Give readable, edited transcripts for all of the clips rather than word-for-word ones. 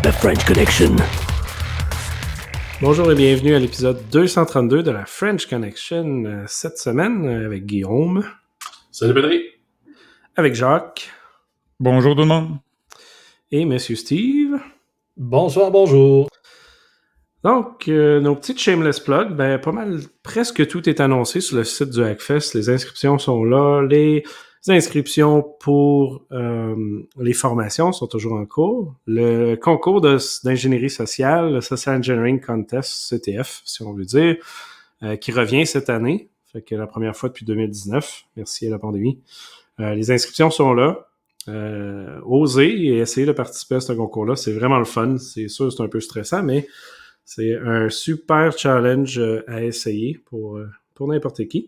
The French Connection. Bonjour et bienvenue à l'épisode 232 de la French Connection cette semaine avec Guillaume. Salut Pedri. Avec Jacques. Bonjour tout le monde. Et Monsieur Steve. Bonsoir, bonjour. Donc, nos petites shameless plugs, pas mal, presque tout est annoncé sur le site du Hackfest. Les inscriptions sont là. Les inscriptions pour les formations sont toujours en cours. Le concours d'ingénierie sociale, le Social Engineering Contest, CTF, si on veut dire, qui revient cette année. Fait que la première fois depuis 2019. Merci à la pandémie. Les inscriptions sont là. Osez et essayez de participer à ce concours-là. C'est vraiment le fun. C'est sûr, c'est un peu stressant, mais c'est un super challenge à essayer pour n'importe qui.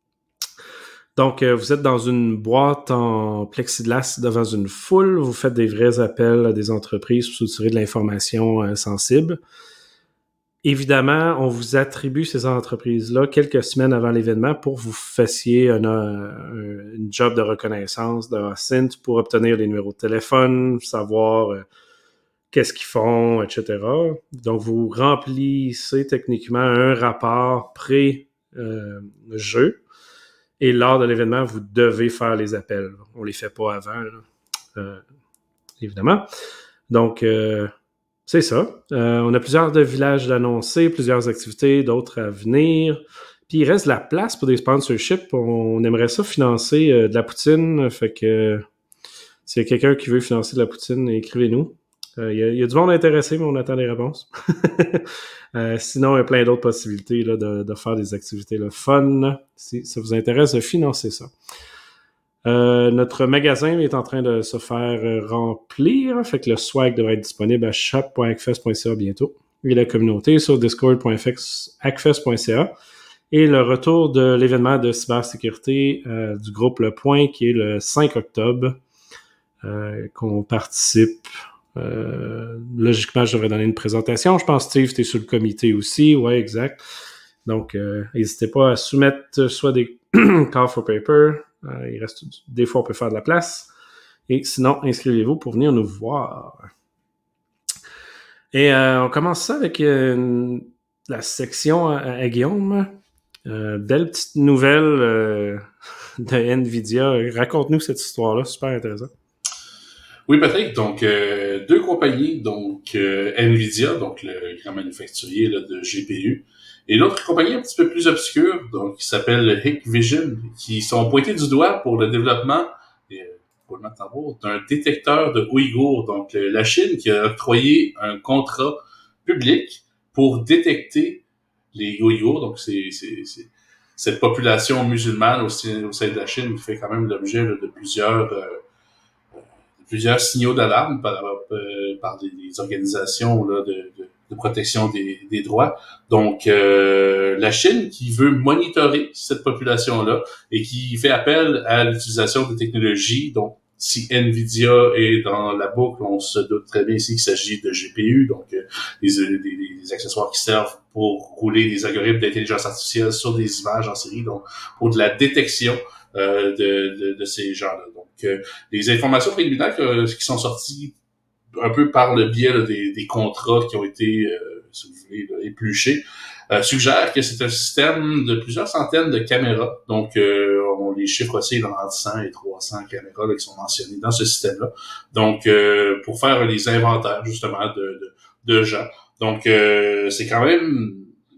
Donc, vous êtes dans une boîte en plexiglas devant une foule. Vous faites des vrais appels à des entreprises pour soutirer de l'information sensible. Évidemment, on vous attribue ces entreprises-là quelques semaines avant l'événement pour que vous fassiez une job de reconnaissance de OSINT pour obtenir les numéros de téléphone, savoir qu'est-ce qu'ils font, etc. Donc, vous remplissez techniquement un rapport pré-jeu. Et lors de l'événement, vous devez faire les appels. On les fait pas avant, évidemment. Donc, c'est ça. On a plusieurs villages d'annoncés, plusieurs activités, d'autres à venir. Puis, il reste de la place pour des sponsorships. On aimerait ça financer de la poutine. Fait que s'il y a quelqu'un qui veut financer de la poutine, écrivez-nous. Il y a du monde intéressé, mais on attend des réponses. Sinon, il y a plein d'autres possibilités là, de faire des activités là, fun, si ça vous intéresse de financer ça. Notre magasin est en train de se faire remplir, fait que le swag devrait être disponible à shop.hackfest.ca bientôt. Et la communauté sur discord.hackfest.ca. Et le retour de l'événement de cybersécurité du groupe Le Point, qui est le 5 octobre, qu'on participe. Logiquement, je devrais donner une présentation. Je pense, Steve, tu es sur le comité aussi. Ouais, exact. Donc, n'hésitez pas à soumettre soit des call for paper. Il reste des fois, on peut faire de la place. Et sinon, inscrivez-vous pour venir nous voir. Et on commence ça avec la section à Guillaume. Belle petite nouvelle de NVIDIA. Raconte-nous cette histoire-là, super intéressant. Oui, Patrick. Donc, deux compagnies, donc NVIDIA, donc le grand manufacturier là, de GPU, et l'autre compagnie un petit peu plus obscure, donc qui s'appelle Hikvision, qui sont pointés du doigt pour le développement, pour le mettre en route, d'un détecteur de Ouïghours. Donc, la Chine qui a octroyé un contrat public pour détecter les Ouïghours. Donc, c'est cette population musulmane au sein de la Chine qui fait quand même l'objet là, de plusieurs signaux d'alarme par des organisations là, de protection des droits. Donc, la Chine qui veut monitorer cette population-là et qui fait appel à l'utilisation de technologies. Donc, si NVIDIA est dans la boucle, on se doute très bien ici qu'il s'agit de GPU, donc des accessoires qui servent pour rouler des algorithmes d'intelligence artificielle sur des images en série, donc pour de la détection de ces gens-là. Donc, les informations préliminaires qui sont sorties un peu par le biais là, des contrats qui ont été, si vous voulez, là, épluchés, suggèrent que c'est un système de plusieurs centaines de caméras. Donc, on les chiffre aussi entre 100 et 300 caméras là, qui sont mentionnées dans ce système-là. Donc, pour faire les inventaires, justement, de gens. Donc, c'est quand même...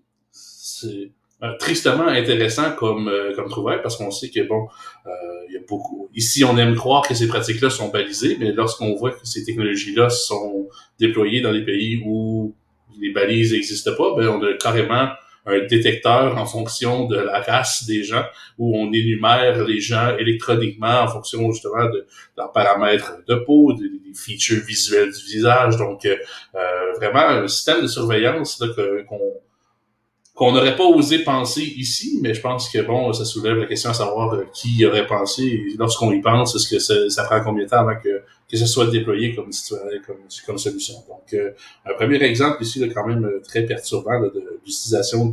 tristement intéressant comme trouvaille, parce qu'on sait que il y a beaucoup ici on aime croire que ces pratiques-là sont balisées, mais lorsqu'on voit que ces technologies-là sont déployées dans des pays où les balises n'existent pas, on a carrément un détecteur en fonction de la race des gens, où on énumère les gens électroniquement en fonction justement de leurs paramètres de peau, des features visuelles du visage. Donc vraiment un système de surveillance là, qu'on n'aurait pas osé penser ici, mais je pense que ça soulève la question à savoir qui y aurait pensé. Et lorsqu'on y pense, est-ce que ça prend combien de temps avant que ça soit déployé comme solution. Donc, un premier exemple ici, là, quand même très perturbant là, de l'utilisation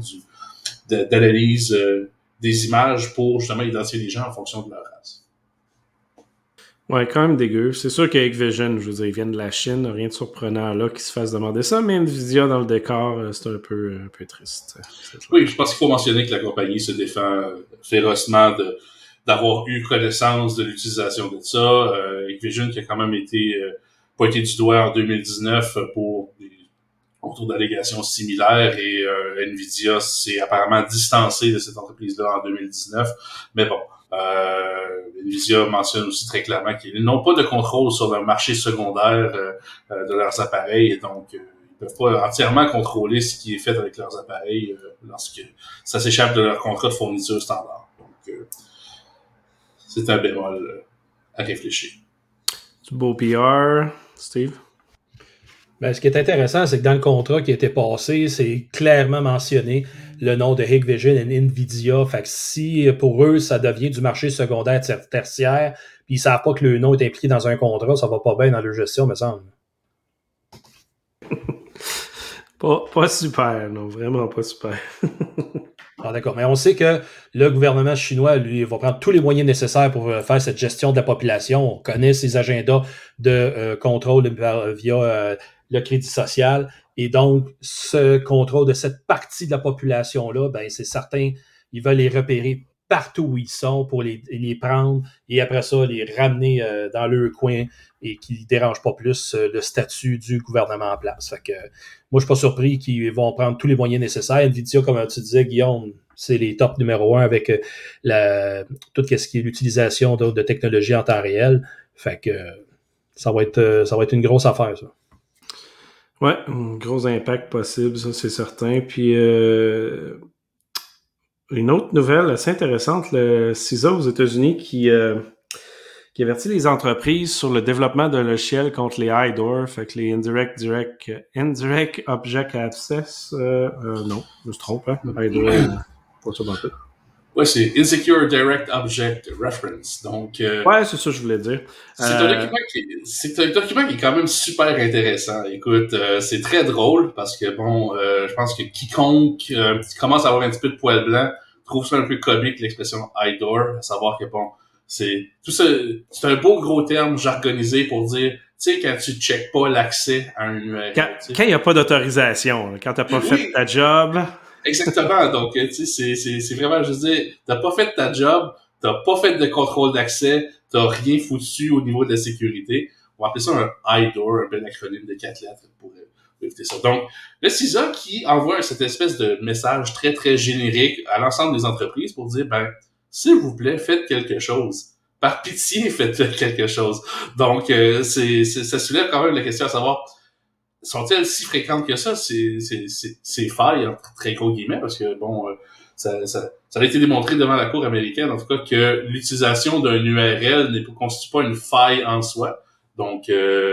d'analyse des images pour justement identifier les gens en fonction de leur race. Ouais, quand même dégueu. C'est sûr qu'avec Vision, je veux dire, ils viennent de la Chine, rien de surprenant là qu'ils se fassent demander ça, mais Nvidia dans le décor, c'est un peu triste. C'est clair. Oui, je pense qu'il faut mentionner que la compagnie se défend férocement d'avoir eu connaissance de l'utilisation de ça. Activision qui a quand même été pointé du doigt en 2019 pour autour d'allégations similaires et Nvidia s'est apparemment distancé de cette entreprise-là en 2019. Mais bon, Nvidia mentionne aussi très clairement qu'ils n'ont pas de contrôle sur le marché secondaire de leurs appareils et donc ils peuvent pas entièrement contrôler ce qui est fait avec leurs appareils lorsque ça s'échappe de leur contrat de fourniture standard. Donc, c'est un bémol à réfléchir. Du beau PR, Steve? Ben, ce qui est intéressant, c'est que dans le contrat qui a été passé, c'est clairement mentionné le nom de Hikvision et Nvidia. Fait que si pour eux, ça devient du marché secondaire tertiaire, puis ils savent pas que le nom est impliqué dans un contrat, ça va pas bien dans leur gestion, me semble. Pas super, non, vraiment pas super. Ah, d'accord. Mais on sait que le gouvernement chinois, lui, va prendre tous les moyens nécessaires pour faire cette gestion de la population. On connaît ses agendas de contrôle via le crédit social. Et donc, ce contrôle de cette partie de la population-là, ben, c'est certain, ils veulent les repérer partout où ils sont pour les prendre et après ça, les ramener dans leur coin et qui ne dérangent pas plus le statut du gouvernement en place. Fait que moi, je suis pas surpris qu'ils vont prendre tous les moyens nécessaires. Nvidia, comme tu disais, Guillaume, c'est les top numéro 1 avec tout ce qui est l'utilisation de technologies en temps réel. Fait que ça va être une grosse affaire, ça. Ouais, un gros impact possible, ça c'est certain. Puis une autre nouvelle assez intéressante, le CISA aux États-Unis qui avertit les entreprises sur le développement de logiciels contre les IDOR, fait que les Indirect Object Access, non, je me trompe, hein? IDOR, pas ça dans tout. Ouais, c'est Insecure Direct Object Reference. Donc, ouais, c'est ça que je voulais dire. C'est un document qui est quand même super intéressant. Écoute, c'est très drôle parce que bon, je pense que quiconque qui commence à avoir un petit peu de poil blanc trouve ça un peu comique l'expression IDOR, à savoir que bon, c'est c'est un beau gros terme jargonisé pour dire, tu sais, quand tu checkes pas l'accès à un URL. Quand il n'y a pas d'autorisation, quand t'as pas fait ta job. Exactement. Donc, tu sais, c'est vraiment, je veux dire, t'as pas fait ta job, t'as pas fait de contrôle d'accès, t'as rien foutu au niveau de la sécurité. On va appeler ça un IDOR, un bel acronyme de 4 lettres pour éviter ça. Donc, le CISA qui envoie cette espèce de message très, très générique à l'ensemble des entreprises pour dire, ben, s'il vous plaît, faites quelque chose. Par pitié, faites quelque chose. Donc, ça soulève quand même la question à savoir, sont-elles si fréquentes que ça, ces failles, entre très gros guillemets, parce que, bon, ça a été démontré devant la Cour américaine, en tout cas, que l'utilisation d'un URL ne constitue pas une faille en soi. Donc,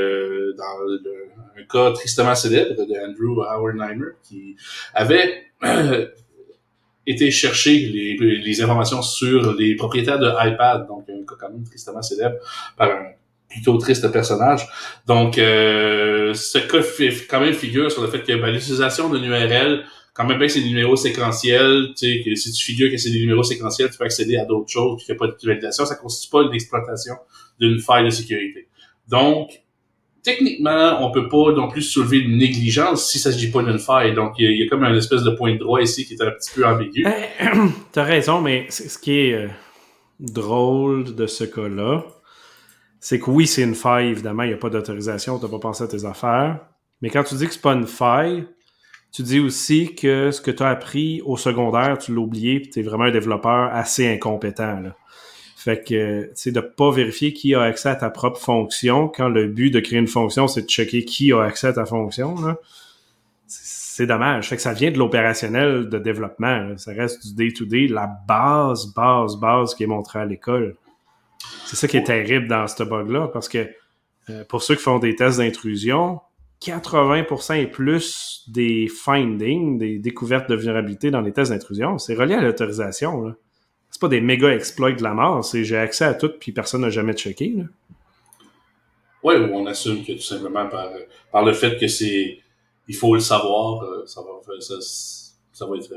un cas tristement célèbre de Andrew Auernheimer, qui avait été chercher les informations sur les propriétaires de iPad, donc un cas quand même tristement célèbre par un plutôt triste personnage. Donc, ce cas quand même figure sur le fait que l'utilisation d'une URL, quand même bien que c'est des numéros séquentiels, tu sais, que si tu figures que c'est des numéros séquentiels, tu peux accéder à d'autres choses, puis qu'il n'y a pas de validation, ça ne constitue pas une exploitation d'une faille de sécurité. Donc, techniquement, on peut pas non plus soulever une négligence s'il s'agit pas d'une faille. Donc, il y a comme une espèce de point de droit ici qui est un petit peu ambigu. T'as raison, mais ce qui est drôle de ce cas-là, c'est que oui, c'est une faille, évidemment, il n'y a pas d'autorisation, tu n'as pas pensé à tes affaires. Mais quand tu dis que c'est pas une faille, tu dis aussi que ce que tu as appris au secondaire, tu l'as oublié, puis tu es vraiment un développeur assez incompétent. Là. Fait que, tu sais, de pas vérifier qui a accès à ta propre fonction, quand le but de créer une fonction, c'est de checker qui a accès à ta fonction, là. C'est dommage. Fait que ça vient de l'opérationnel de développement. Là. Ça reste du day-to-day, la base qui est montrée à l'école. C'est ça qui est terrible dans ce bug-là, parce que pour ceux qui font des tests d'intrusion, 80% et plus des findings, des découvertes de vulnérabilité dans les tests d'intrusion, c'est relié à l'autorisation. Là. C'est pas des méga exploits de la mort, c'est j'ai accès à tout puis personne n'a jamais checké. Là. Ouais, ou on assume que tout simplement par le fait que il faut le savoir, ça va être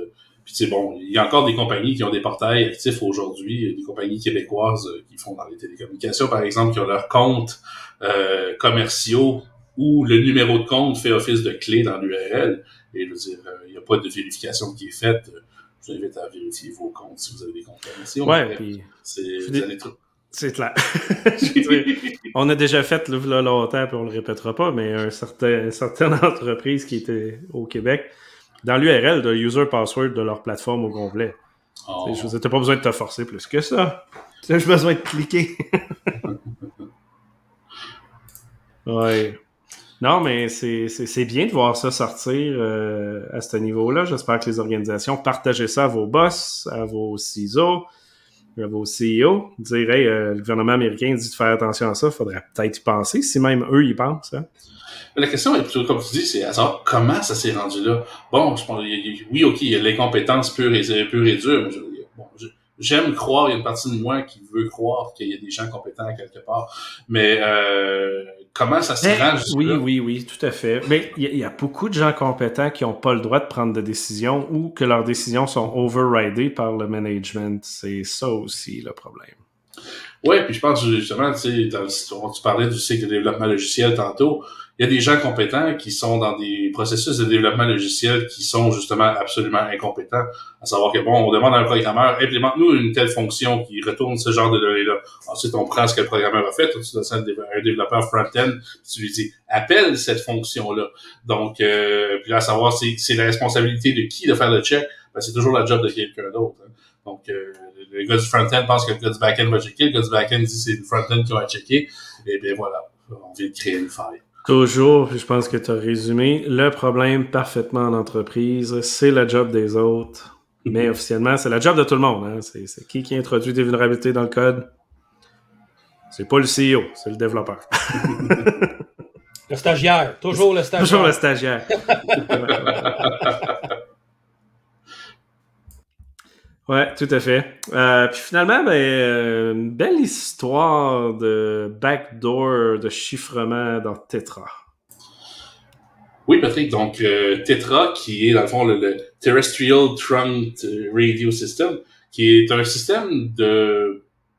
Puis c'est bon, il y a encore des compagnies qui ont des portails actifs aujourd'hui, des compagnies québécoises qui font dans les télécommunications, par exemple, qui ont leurs comptes commerciaux où le numéro de compte fait office de clé dans l'URL. Et je veux dire, il n'y a pas de vérification qui est faite. Je vous invite à vérifier vos comptes si vous avez des comptes commerciaux. Ouais, puis c'est clair. On a déjà fait là longtemps, puis on le répétera pas, mais une certaine entreprise qui était au Québec, dans l'URL de user password de leur plateforme au complet. Oh. Je vous ai pas besoin de te forcer plus que ça. J'ai juste besoin de cliquer. Ouais. Non, mais c'est bien de voir ça sortir à ce niveau-là. J'espère que les organisations partagent ça à vos boss, à vos CISO, à vos CEO. Dire, hey, le gouvernement américain dit de faire attention à ça, il faudrait peut-être y penser, si même eux y pensent. Hein. La question est plutôt, comme tu dis, c'est à savoir comment ça s'est rendu là. Bon, je pense, oui, OK, il y a l'incompétence pure et dure, mais j'aime croire, il y a une partie de moi qui veut croire qu'il y a des gens compétents quelque part, mais comment ça se rend jusque-là? Oui, tout à fait. Mais il y a beaucoup de gens compétents qui n'ont pas le droit de prendre de décisions ou que leurs décisions sont overridées par le management. C'est ça aussi le problème. Oui, puis je pense justement, tu sais, tu parlais du cycle de développement logiciel tantôt, il y a des gens compétents qui sont dans des processus de développement logiciel qui sont justement absolument incompétents. À savoir que, bon, on demande à un programmeur, implémente-nous une telle fonction qui retourne ce genre de données-là. Ensuite, on prend ce que le programmeur a fait, tu donnes ça à un développeur front-end, puis tu lui dis, appelle cette fonction-là. Donc, puis là, à savoir, c'est la responsabilité de qui de faire le check? Ben, c'est toujours la job de quelqu'un d'autre. Hein. Donc, le gars du front-end pense que le gars du back-end va checker, le gars du back-end dit c'est le front-end qui va checker, et bien voilà, on vient de créer une faille. Toujours, je pense que tu as résumé le problème parfaitement en entreprise, c'est la job des autres, mais officiellement, c'est la job de tout le monde. Hein. C'est qui introduit des vulnérabilités dans le code? C'est pas le CEO, c'est le développeur. Le stagiaire, toujours le stagiaire. Toujours le stagiaire. Ouais, tout à fait. Puis finalement, une belle histoire de backdoor, de chiffrement dans Tetra. Oui, Patrick. Donc, Tetra, qui est dans le fond le Terrestrial Trunked Radio System, qui est un système de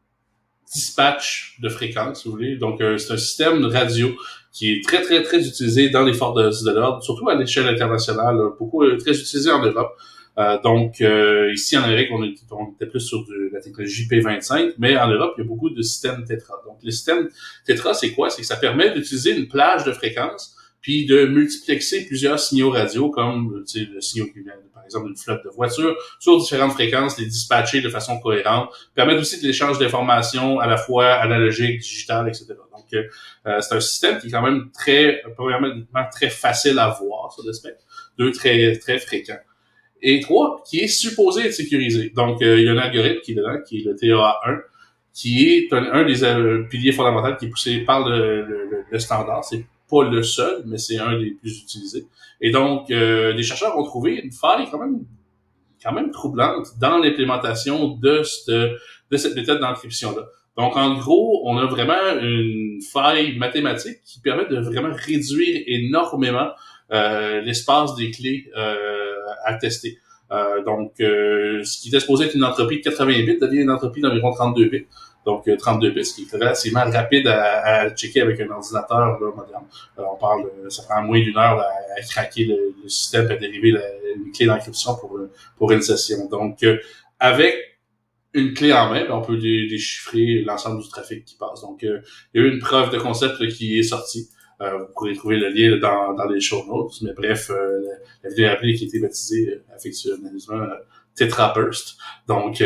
dispatch de fréquences, si vous voulez. Donc, c'est un système radio qui est très, très, très utilisé dans les forces de l'ordre, surtout à l'échelle internationale, beaucoup très utilisé en Europe. Donc, ici en Amérique, on était plus sur la technologie P25, mais en Europe, il y a beaucoup de systèmes Tetra. Donc, le système Tetra, c'est quoi? C'est que ça permet d'utiliser une plage de fréquences puis de multiplexer plusieurs signaux radio, comme le signal qui vient, par exemple, d'une flotte de voitures, sur différentes fréquences, les dispatcher de façon cohérente, permettre aussi de l'échange d'informations à la fois analogique, digitale, etc. Donc, c'est un système qui est quand même premièrement, très facile à voir sur le spectre, deux, très, très fréquent. Et trois, qui est supposé être sécurisé. Donc, il y a un algorithme qui est dedans, qui est le TAA1, qui est un des piliers fondamentaux qui est poussé par le standard. C'est pas le seul, mais c'est un des plus utilisés. Et donc, les chercheurs ont trouvé une faille quand même troublante dans l'implémentation de cette méthode d'encryption-là. Donc, en gros, on a vraiment une faille mathématique qui permet de vraiment réduire énormément l'espace des clés à tester. Donc, ce qui était supposé être une entropie de 80 bits devient une entropie d'environ 32 bits. Donc, 32 bits, ce qui est relativement rapide à checker avec un ordinateur là, moderne. On parle, ça prend moins d'1 heure à craquer le système et à dériver une clé d'encryption pour une session. Donc, avec une clé en main, on peut déchiffrer l'ensemble du trafic qui passe. Donc, il y a eu une preuve de concept là, qui est sortie. Vous pourrez trouver le lien là, dans les show notes. Mais bref, la vulnérabilité qui a été baptisée affectueusement Tetra Burst, donc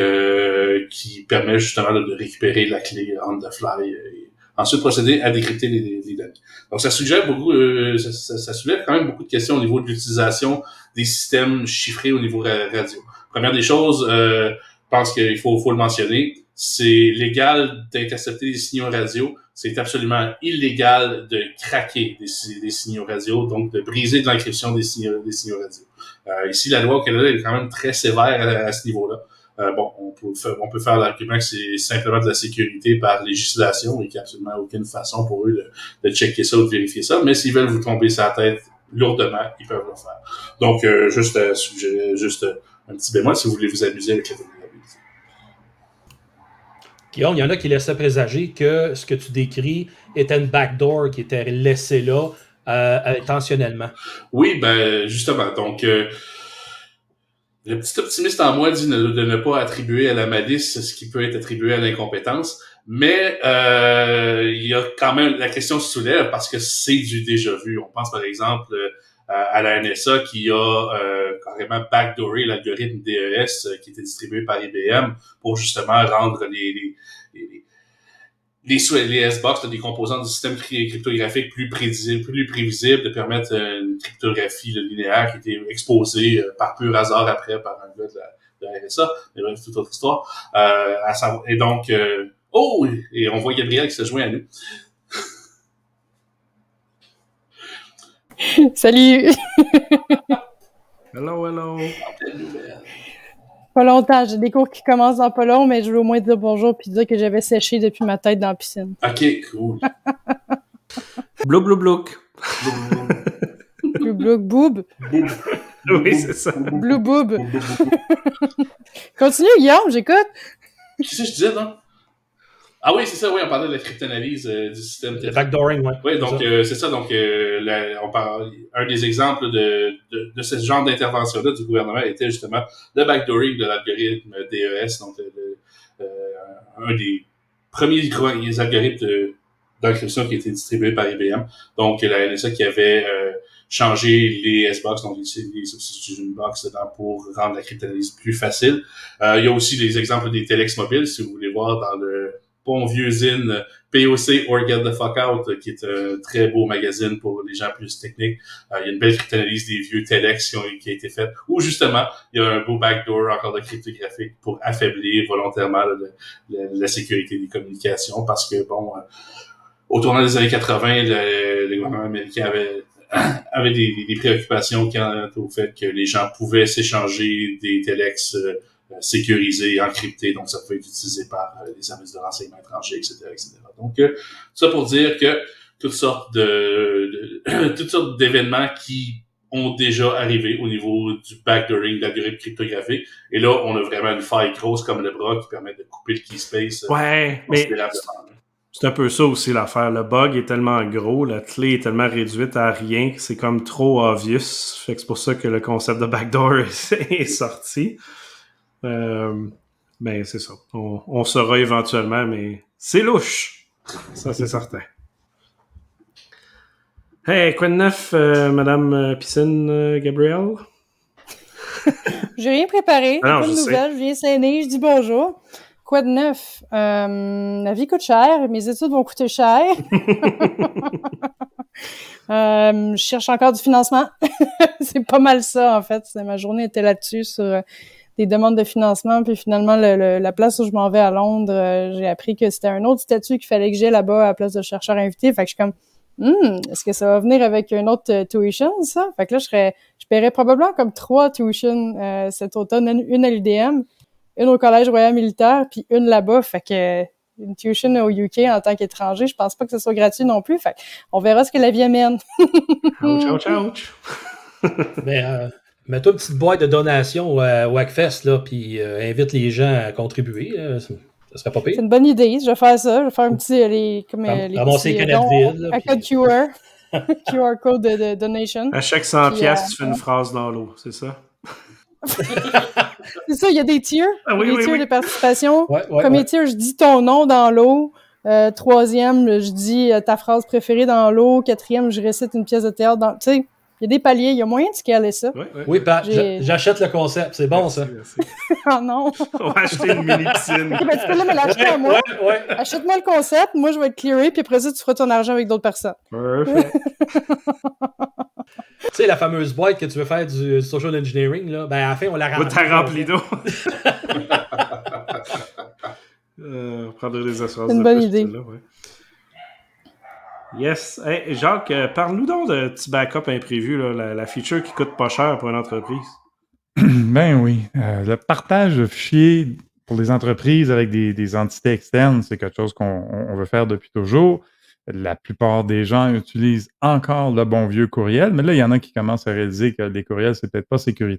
qui permet justement de récupérer la clé on the fly et ensuite procéder à décrypter les données. Donc ça suggère beaucoup, ça soulève quand même beaucoup de questions au niveau de l'utilisation des systèmes chiffrés au niveau radio. Première des choses, je pense qu'il faut le mentionner, c'est légal d'intercepter des signaux radio, c'est absolument illégal de craquer des signaux radio, donc de briser de l'encryption des signaux radio. Ici, la loi au Canada est quand même très sévère à ce niveau-là. On peut faire l'argument que c'est simplement de la sécurité par législation et qu'il n'y a absolument aucune façon pour eux de checker ça ou de vérifier ça. Mais s'ils veulent vous tomber sur la tête lourdement, ils peuvent le faire. Donc, juste un petit bémol si vous voulez vous amuser avec la vulnérabilité. Guillaume, il y en a qui laissaient présager que ce que tu décris était une backdoor qui était laissée là intentionnellement. Oui, ben justement. Donc, le petit optimiste en moi dit de ne pas attribuer à la malice ce qui peut être attribué à l'incompétence. Mais il y a quand même, la question se soulève parce que c'est du déjà vu. On pense par exemple à la NSA qui a carrément backdooré l'algorithme DES qui était distribué par IBM pour justement rendre les S-Box, des composants du système cryptographique plus prévisibles, de permettre une cryptographie linéaire qui était exposée par pur hasard après par un gars de la RSA. Mais bref, toute autre histoire. Et donc, et on voit Gabriel qui se joint à nous. Salut! Hello. Pas longtemps, j'ai des cours qui commencent dans pas long, mais je veux au moins dire bonjour puis dire que j'avais séché depuis ma tête dans la piscine. OK, cool. Blouk, blouk, blouk. Blue blouk, boob. Oui, c'est ça. Blue boob. Continue, Guillaume, j'écoute. Qu'est-ce que je disais, non? Ah oui, c'est ça, oui, on parlait de la cryptanalyse du système. Le backdooring, oui. Oui, donc c'est ça. Donc, on parle, un des exemples de ce genre d'intervention-là du gouvernement était justement le backdooring de l'algorithme DES, donc un des premiers algorithmes d'encryption qui a été distribué par IBM. Donc, la NSA qui avait changé les S-Box, donc les substitution box dedans pour rendre la cryptanalyse plus facile. Il y a aussi les exemples des Telex mobiles, si vous voulez voir dans le bon vieux zine POC or Get the Fuck Out, qui est un très beau magazine pour les gens plus techniques. Il y a une belle cryptanalyse des vieux Telex qui a été faite, où justement, il y a un beau backdoor encore de cryptographique pour affaiblir volontairement la sécurité des communications, parce que, bon, au tournant des années 80, le gouvernement américain avait des préoccupations quant au fait que les gens pouvaient s'échanger des Telex sécurisés, encryptés, donc ça pouvait être utilisé par les services de renseignement étrangers, etc., etc. Donc, ça pour dire que toutes sortes d'événements qui ont déjà arrivé au niveau du backdooring d'algorithmes cryptographiques. Et là, on a vraiment une faille grosse comme le bras qui permet de couper le keyspace considérablement. C'est un peu ça aussi l'affaire. Le bug est tellement gros, la clé est tellement réduite à rien que c'est comme trop obvious. Fait que c'est pour ça que le concept de backdoor est sorti. Ben c'est ça. On saura éventuellement, mais c'est louche. Ça, c'est certain. Hey, quoi de neuf, Madame Piscine Gabrielle? J'ai rien préparé. Ah non, pas de nouvelles. Je viens s'aîner, je dis bonjour. Quoi de neuf? La vie coûte cher. Mes études vont coûter cher. Je cherche encore du financement. C'est pas mal ça, en fait. Ma journée était là-dessus sur des demandes de financement. Puis finalement, la place où je m'en vais à Londres, j'ai appris que c'était un autre statut qu'il fallait que j'ai là-bas à la place de chercheur invité. Fait que je suis comme, est-ce que ça va venir avec une autre tuition, ça? Fait que là, je paierais probablement comme 3 tuitions cet automne. Une à l'UDM, une au Collège Royal Militaire, puis une là-bas. Fait que une tuition au UK en tant qu'étranger, je pense pas que ce soit gratuit non plus. Fait on verra ce que la vie amène. Ouch. Mets-toi une petite boîte de donation au Hackfest, là, puis invite les gens à contribuer. Ça serait pas pire. C'est une bonne idée. Je vais faire ça. Je vais faire un petit... les ramasser les canettes vides. Un code QR. QR code de donation. À chaque 100$, tu fais une phrase dans l'eau, c'est ça? C'est ça, il y a des tiers. Des tiers de participation. Premier tier, je dis ton nom dans l'eau. 3e, je dis ta phrase préférée dans l'eau. 4e, je récite une pièce de théâtre dans... Tu sais, il y a des paliers. Il y a moyen de scaler ça. Oui, j'achète le concept. C'est bon, ça. Merci. Oh non! On va acheter une mini-piscine. Ok, ben tu peux me l'acheter à moi. Achète-moi le concept. Moi, je vais être clearé. Puis après ça, tu feras ton argent avec d'autres personnes. Perfect. Tu sais, la fameuse boîte que tu veux faire du social engineering, là, ben à la fin, on la remplit. T'as rempli d'eau. Prendre des assurances. C'est une bonne idée. Là, ouais. Yes. Hey, Jacques, parle-nous donc de petit backup imprévu, là, la feature qui coûte pas cher pour une entreprise. Ben oui. Le partage de fichiers pour les entreprises avec des entités externes, c'est quelque chose qu'on veut faire depuis toujours. La plupart des gens utilisent encore le bon vieux courriel, mais là, il y en a qui commencent à réaliser que les courriels, c'est peut-être pas sécuritaire.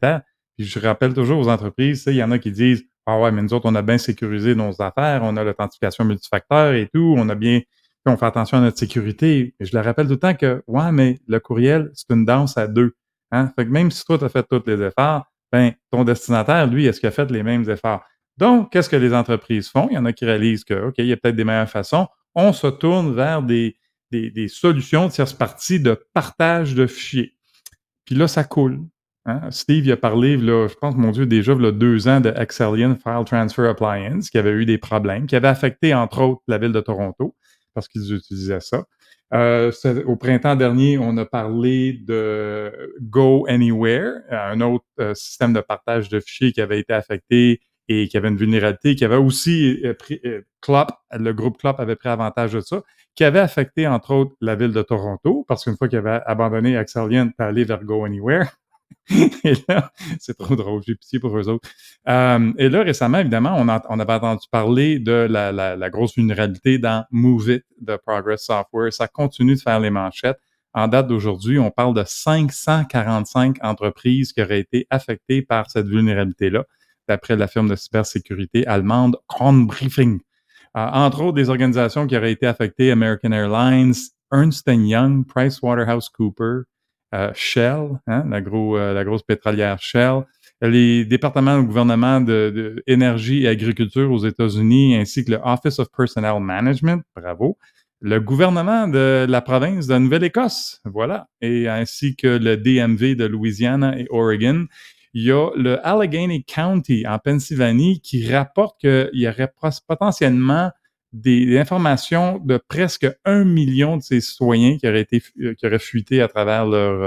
Puis je rappelle toujours aux entreprises, il y en a qui disent « Ah ouais, mais nous autres, on a bien sécurisé nos affaires, on a l'authentification multifacteur et tout, on fait attention à notre sécurité. » Et je leur rappelle tout le temps que « Ouais, mais le courriel, c'est une danse à deux. Hein? Fait que même si toi, tu as fait tous les efforts, ben ton destinataire, lui, est-ce qu'il a fait les mêmes efforts? Donc, qu'est-ce que les entreprises font? Il y en a qui réalisent que, OK, il y a peut-être des meilleures façons. On se tourne vers des solutions de tierce partie de partage de fichiers. Puis là, ça coule. Hein? Steve, il a parlé, là, je pense, mon Dieu, déjà, il y a 2 ans de Excellion File Transfer Appliance, qui avait eu des problèmes, qui avait affecté, entre autres, la ville de Toronto, parce qu'ils utilisaient ça. Au printemps dernier, on a parlé de Go Anywhere, un autre système de partage de fichiers qui avait été affecté et qui avait une vulnérabilité, qui avait aussi Clop, le groupe Clop avait pris avantage de ça, qui avait affecté, entre autres, la ville de Toronto, parce qu'une fois qu'ils avaient abandonné Excellion, t'es allé vers Go Anywhere. Et là, c'est trop drôle, j'ai pitié pour eux autres. Et là, récemment, évidemment, on avait entendu parler de la grosse vulnérabilité dans MoveIt de Progress Software. Ça continue de faire les manchettes. En date d'aujourd'hui, on parle de 545 entreprises qui auraient été affectées par cette vulnérabilité-là, d'après la firme de cybersécurité allemande Kronbriefing. Entre autres, des organisations qui auraient été affectées, American Airlines, Ernst Young, PricewaterhouseCoopers, Shell, hein, la grosse pétrolière Shell, les départements du gouvernement de énergie et agriculture aux États-Unis, ainsi que le Office of Personnel Management, bravo, le gouvernement de la province de Nouvelle-Écosse, voilà, et ainsi que le DMV de Louisiana et Oregon. Il y a le Allegheny County en Pennsylvanie qui rapporte qu'il y aurait potentiellement des informations de presque 1 million de ses citoyens qui auraient fuité à travers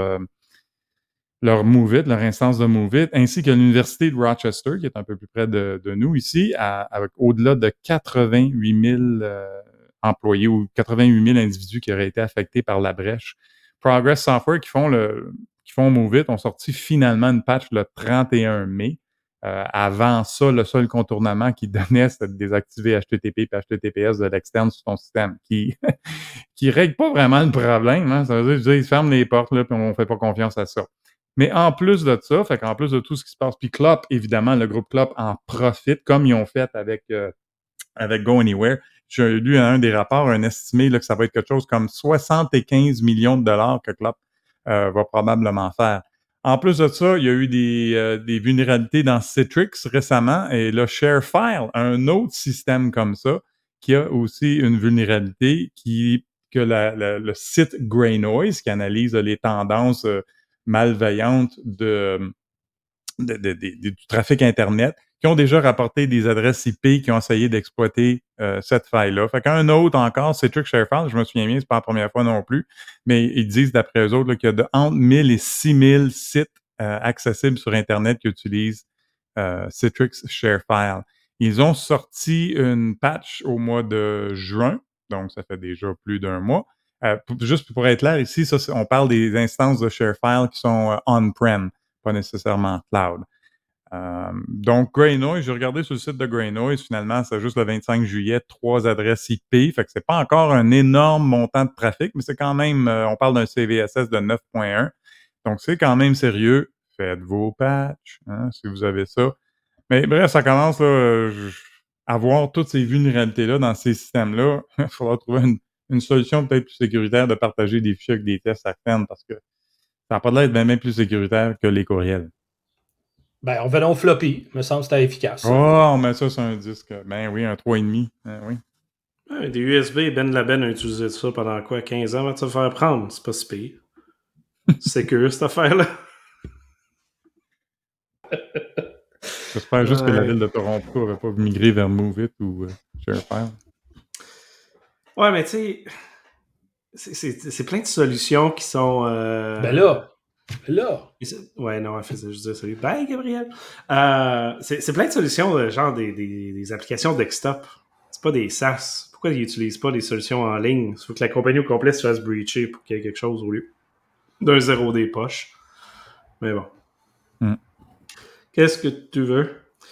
leur MoveIt, leur instance de MoveIt, ainsi que l'Université de Rochester, qui est un peu plus près de nous ici, avec au-delà de 88 000 employés ou 88 000 individus qui auraient été affectés par la brèche. Progress Software, qui font MoveIt, ont sorti finalement une patch le 31 mai. Avant ça, le seul contournement qu'ils donnaient, c'était de désactiver HTTP et HTTPS de l'externe sur ton système, qui règle pas vraiment le problème. Hein. Ça veut dire, ils ferment les portes, là, puis on fait pas confiance à ça. Mais en plus de ça, fait qu'en plus de tout ce qui se passe, puis Clop, évidemment, le groupe Clop en profite, comme ils ont fait avec Go Anywhere. J'ai lu un des rapports, un estimé là, que ça va être quelque chose comme 75 millions de dollars que Clop va probablement faire. En plus de ça, il y a eu des vulnérabilités dans Citrix récemment, et là, ShareFile, un autre système comme ça, qui a aussi une vulnérabilité que le site Grey Noise, qui analyse les tendances malveillantes du trafic Internet, qui ont déjà rapporté des adresses IP qui ont essayé d'exploiter cette faille-là. Fait qu'un autre encore, Citrix ShareFile, je me souviens bien, c'est pas la première fois non plus, mais ils disent d'après eux autres là, qu'il y a entre 1000 et 6000 sites accessibles sur Internet qui utilisent Citrix ShareFile. Ils ont sorti une patch au mois de juin, donc ça fait déjà plus d'1 mois. Juste pour être clair, ici, on parle des instances de ShareFile qui sont on-prem, pas nécessairement cloud. Donc, Grey Noise, j'ai regardé sur le site de Grey Noise, finalement, c'est juste le 25 juillet, 3 adresses IP, fait que c'est pas encore un énorme montant de trafic, mais c'est quand même, on parle d'un CVSS de 9.1, donc c'est quand même sérieux. Faites vos patchs, hein, si vous avez ça. Mais bref, ça commence là, à voir toutes ces vulnérabilités-là dans ces systèmes-là. Il faudra trouver une solution peut-être plus sécuritaire de partager des fichiers avec des tests à faire, parce que ça n'a pas l'air d'être bien plus sécuritaire que les courriels. Ben, on venait au floppy. Me semble que c'était efficace. Oh, on met ça sur un disque. Ben oui, un 3,5. Oui. Ouais, des USB, Ben Laben a utilisé ça pendant quoi, 15 ans avant de se faire prendre. C'est pas si pire. C'est curieux, cette affaire-là. J'espère juste que la ville de Toronto n'avait pas migré vers MoveIt ou ShareFile. Ouais, mais tu sais, c'est plein de solutions qui sont... Ben là! Ouais, non, elle faisait juste dire salut. Bye, Gabriel! C'est plein de solutions, genre des applications desktop. C'est pas des SaaS. Pourquoi ils n'utilisent pas des solutions en ligne? Il faut que la compagnie au complet se fasse breacher pour qu'il y ait quelque chose au lieu d'un zéro des poches. Mais bon. Qu'est-ce que tu veux?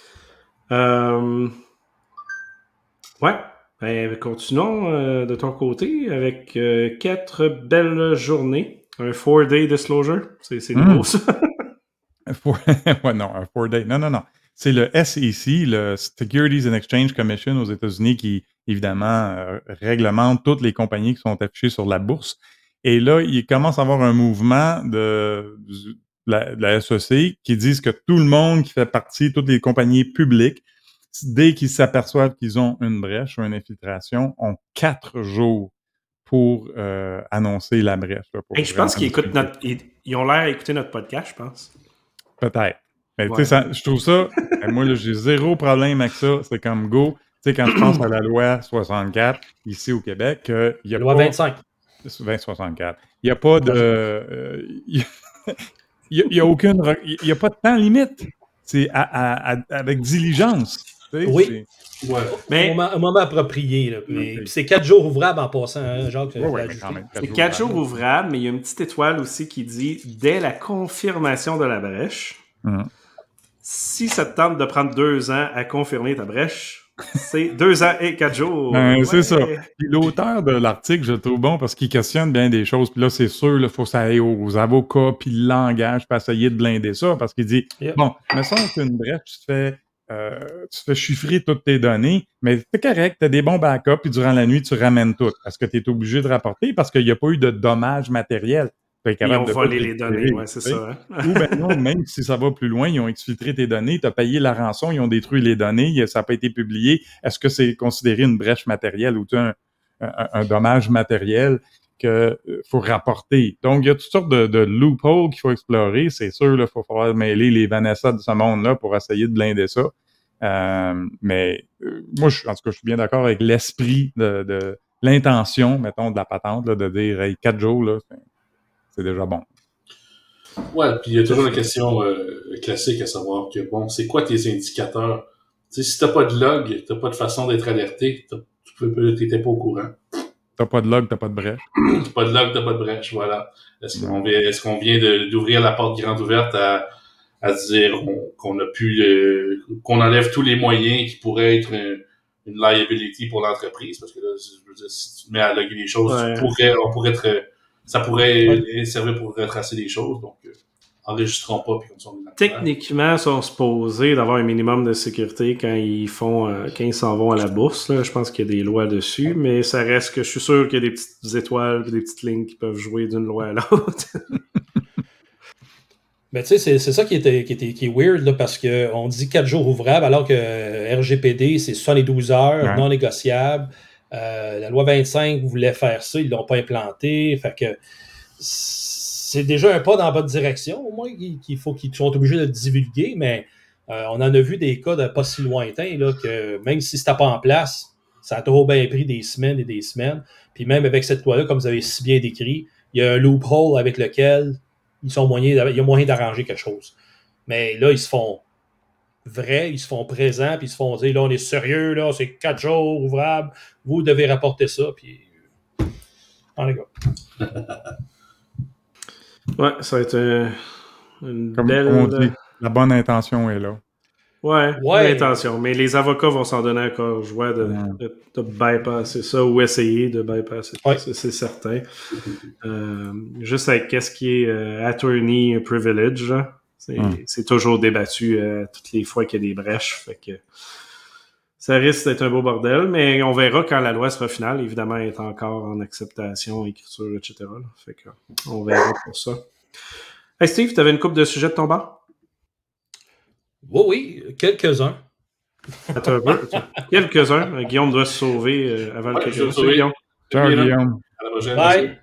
Ouais. Ben, continuons de ton côté avec 4 belles journées. Un 4-day disclosure. C'est nouveau, ça. Ouais, non, un 4-day. Non. C'est le SEC, le Securities and Exchange Commission aux États-Unis, qui, évidemment, réglemente toutes les compagnies qui sont affichées sur la bourse. Et là, il commence à avoir un mouvement de la SEC qui disent que tout le monde qui fait partie, toutes les compagnies publiques, dès qu'ils s'aperçoivent qu'ils ont une brèche ou une infiltration, ont 4 jours pour annoncer la brèche. Là, pour Hey, je pense qu'ils vraiment écoutent ils ont l'air d'écouter notre podcast, je pense. Peut-être. Mais Ouais. tu sais, je trouve ça, moi, là, j'ai zéro problème avec ça. C'est comme go. Tu sais, quand je pense à la loi 64, ici au Québec, il y a Loi pas... 25. 2064. Il n'y a pas de... il y a aucune... Il n'y a pas de temps limite. C'est avec diligence. Tu sais, Oui. Ouais. Mais Un moment approprié. Là. Puis c'est 4 jours ouvrables en passant, hein, Jacques. ouais, mais quand même. c'est 4 jours ouvrables, mais il y a une petite étoile aussi qui dit « Dès la confirmation de la brèche, si ça te tente de prendre 2 ans à confirmer ta brèche, c'est 2 ans et 4 jours. Ben, Ouais. c'est ça. Puis l'auteur de l'article, je le trouve bon parce qu'il questionne bien des choses. Puis là, c'est sûr, il faut que ça aille aux avocats, puis le langage, puis essayer de blinder ça. Parce qu'il dit, bon, mais ça, c'est une brèche, tu te fais chiffrer toutes tes données, mais c'est correct, tu as des bons backups, puis durant la nuit, tu ramènes tout. Est-ce que tu es obligé de rapporter? Parce qu'il n'y a pas eu de dommages matériels. Ils ont volé les données, ouais, c'est ça. Hein? Ou ben non, même si ça va plus loin, ils ont exfiltré tes données, tu as payé la rançon, ils ont détruit les données, ça n'a pas été publié. Est-ce que c'est considéré une brèche matérielle ou un dommage matériel qu'il faut rapporter? Donc, il y a toutes sortes de loopholes qu'il faut explorer. C'est sûr, il faut falloir mêler les Vanessa de ce monde-là pour essayer de blinder ça. Mais moi, en tout cas, je suis bien d'accord avec l'esprit de l'intention, mettons, de la patente, là, de dire hey, 4 jours, là, c'est déjà bon. Ouais, puis il y a toujours la question classique à savoir que, bon, c'est quoi tes indicateurs? Tu sais, si t'as pas de log, t'as pas de façon d'être alerté, t'étais pas au courant. T'as pas de log, t'as pas de brèche. T'as pas de log, t'as pas de brèche, voilà. Est-ce qu'on vient d'ouvrir la porte grande ouverte à dire qu'on a pu, qu'on enlève tous les moyens qui pourraient être une liability pour l'entreprise? Parce que là, je veux dire, si tu te mets à loguer les choses, ça pourrait servir pour retracer les choses, donc enregistrons pas puis comme ça on est techniquement, ils sont supposés d'avoir un minimum de sécurité quand ils s'en vont à la bourse. Là. Je pense qu'il y a des lois dessus, mais ça reste que je suis sûr qu'il y a des petites étoiles et des petites lignes qui peuvent jouer d'une loi à l'autre. Mais tu sais, c'est ça qui est weird, là, parce qu'on dit 4 jours ouvrables, alors que RGPD, c'est 72 heures, non négociables. La loi 25 voulait faire ça, ils l'ont pas implanté. Fait que c'est déjà un pas dans la bonne direction, au moins, qu'ils sont obligés de le divulguer, mais on en a vu des cas de pas si lointains, là, que même si c'était pas en place, ça a trop bien pris des semaines et des semaines. Puis même avec cette loi-là, comme vous avez si bien décrit, il y a un loophole avec lequel il y a moyen d'arranger quelque chose. Mais là, ils se font vrais, ils se font présents, puis ils se font dire, là, on est sérieux, là, c'est 4 jours ouvrables, vous devez rapporter ça, puis... Ah, les gars. Ouais, ça va être une Comme belle... on dit, la bonne intention est là. Ouais, l'intention. Mais les avocats vont s'en donner encore joie de bypasser ça ou essayer de bypasser ça, c'est certain. Juste avec qu'est-ce qui est attorney privilege, c'est toujours débattu toutes les fois qu'il y a des brèches. Fait que ça risque d'être un beau bordel, mais on verra quand la loi sera finale. Évidemment, elle est encore en acceptation, écriture, etc. Là. Fait que on verra pour ça. Hey Steve, tu avais une couple de sujets de ton bar? Oui, quelques-uns. Attends un peu. Quelques-uns. Guillaume doit se sauver avant le quelques-uns. Guillaume. Ciao, Guillaume. À la prochaine. Bye.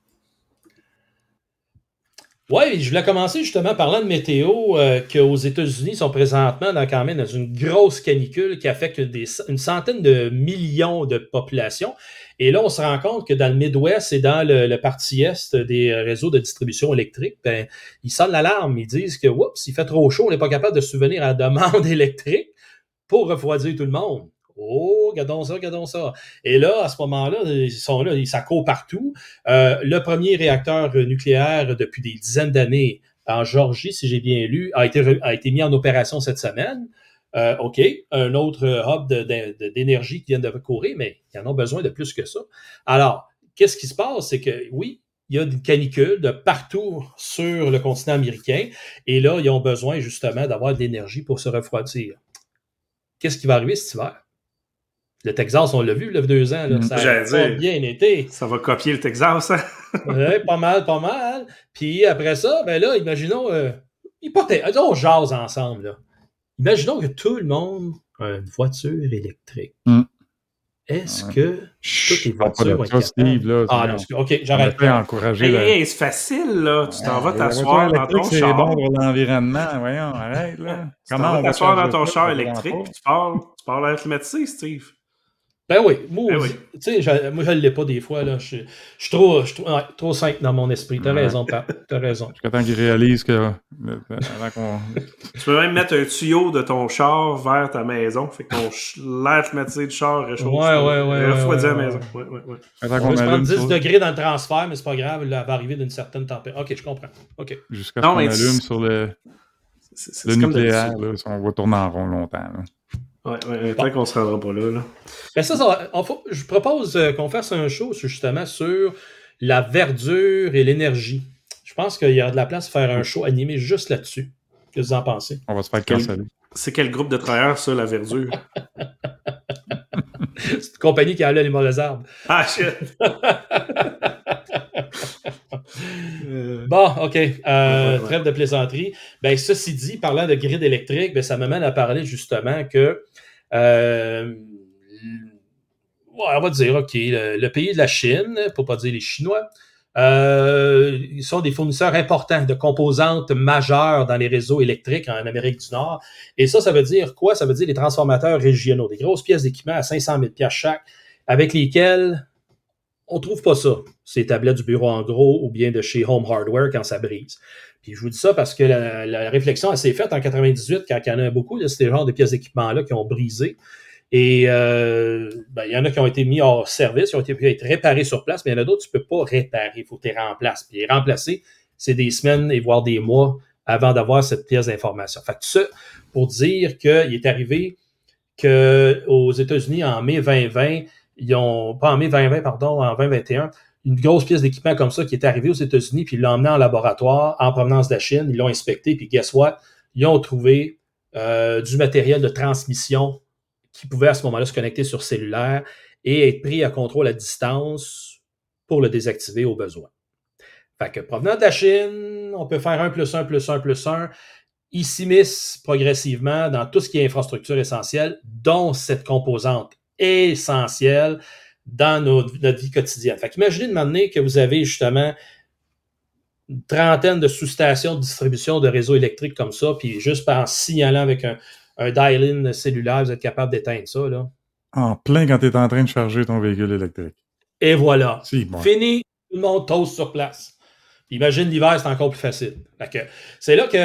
Oui, je voulais commencer justement parlant de météo, qu'aux États-Unis, ils sont présentement quand même dans une grosse canicule qui affecte une centaine de millions de populations. Et là, on se rend compte que dans le Midwest et dans le parti est des réseaux de distribution électrique, ben, ils sonnent l'alarme. Ils disent que, oups, il fait trop chaud, on n'est pas capable de subvenir à la demande électrique pour refroidir tout le monde. Oh, regardons ça. Et là, à ce moment-là, ils sont là, ça court partout. Le premier réacteur nucléaire depuis des dizaines d'années en Géorgie, si j'ai bien lu, a été mis en opération cette semaine. OK, un autre hub d'énergie qui vient de courir, mais ils en ont besoin de plus que ça. Alors, qu'est-ce qui se passe? C'est que, oui, il y a des canicules de partout sur le continent américain. Et là, ils ont besoin justement d'avoir de l'énergie pour se refroidir. Qu'est-ce qui va arriver cet hiver? Le Texas, on l'a vu, il y a 2 ans, là, ça a pas bien été. Ça va copier le Texas, hein? Ouais, pas mal. Puis après ça, ben là, imaginons, on jase ensemble, là. Imaginons que tout le monde a une voiture électrique. Est-ce que toutes les voitures vont être capables? Ah non, OK, j'arrête. C'est facile, là. Tu t'en vas t'asseoir dans ton char. C'est bon pour l'environnement. Voyons, arrête, là. Comment on va t'asseoir dans ton char électrique, puis tu pars l'air climatisé, Steve? Ben oui, moi, tu sais, moi, je ne l'ai pas des fois, là. Je suis trop simple dans mon esprit. T'as raison, Pat. T'as raison. Jusqu'à temps qu'ils réalisent que... Tu peux même mettre un tuyau de ton char vers ta maison. Fait que l'air climatisé du char réchauffe. Refroidit la maison. Ouais. On va se prendre 10 degrés dans le transfert, mais c'est pas grave. Là, elle va arriver d'une certaine température. OK, je comprends. OK. Jusqu'à ce qu'on allume sur le nucléaire, là, on va tourner en rond longtemps, là. Ouais, tant qu'on se rendra pas là. Ben je propose qu'on fasse un show justement sur la verdure et l'énergie. Je pense qu'il y a de la place pour faire un show animé juste là-dessus. Qu'est-ce que vous en pensez? On va se faire canceller. C'est quel groupe de travailleurs, ça, la verdure? C'est une compagnie qui enlève les mauvais arbres. Ah, shit! Bon, OK. Trêve de plaisanterie. Ben, ceci dit, parlant de grid électrique, ben, ça m'amène à parler justement que on va dire, OK, le pays de la Chine, pour ne pas dire les Chinois, ils sont des fournisseurs importants de composantes majeures dans les réseaux électriques en Amérique du Nord. Et ça veut dire quoi? Ça veut dire des transformateurs régionaux, des grosses pièces d'équipement à 500 000 $ chaque, avec lesquelles on ne trouve pas ça, ces tablettes du bureau en gros ou bien de chez Home Hardware quand ça brise. Puis je vous dis ça parce que la réflexion elle s'est faite en 98 quand il y en a beaucoup de ces genres de pièces d'équipement-là qui ont brisé. Et il y en a qui ont été mis hors service, qui ont pu être réparés sur place, mais il y en a d'autres, tu ne peux pas réparer, il faut que tu les remplaces. Puis les remplacer, c'est des semaines et voire des mois avant d'avoir cette pièce d'information. Fait que ça, pour dire qu'il est arrivé qu'aux États-Unis, en mai 2020, en 2021, une grosse pièce d'équipement comme ça qui est arrivée aux États-Unis, puis ils l'ont emmené en laboratoire en provenance de la Chine, ils l'ont inspecté, puis guess what? Ils ont trouvé du matériel de transmission qui pouvait à ce moment-là se connecter sur cellulaire et être pris à contrôle à distance pour le désactiver au besoin. Fait que provenant de la Chine, on peut faire 1+1+1+1. Ils s'immiscent progressivement dans tout ce qui est infrastructure essentielle, dont cette composante essentielle dans notre vie quotidienne. Fait qu'imaginez de m'amener que vous avez justement une trentaine de sous-stations de distribution de réseaux électriques comme ça, puis juste en signalant avec un dial-in cellulaire, vous êtes capable d'éteindre ça, là. En plein quand tu es en train de charger ton véhicule électrique. Et voilà. Fini, tout le monde toast sur place. Puis imagine l'hiver, c'est encore plus facile. Fait que c'est là que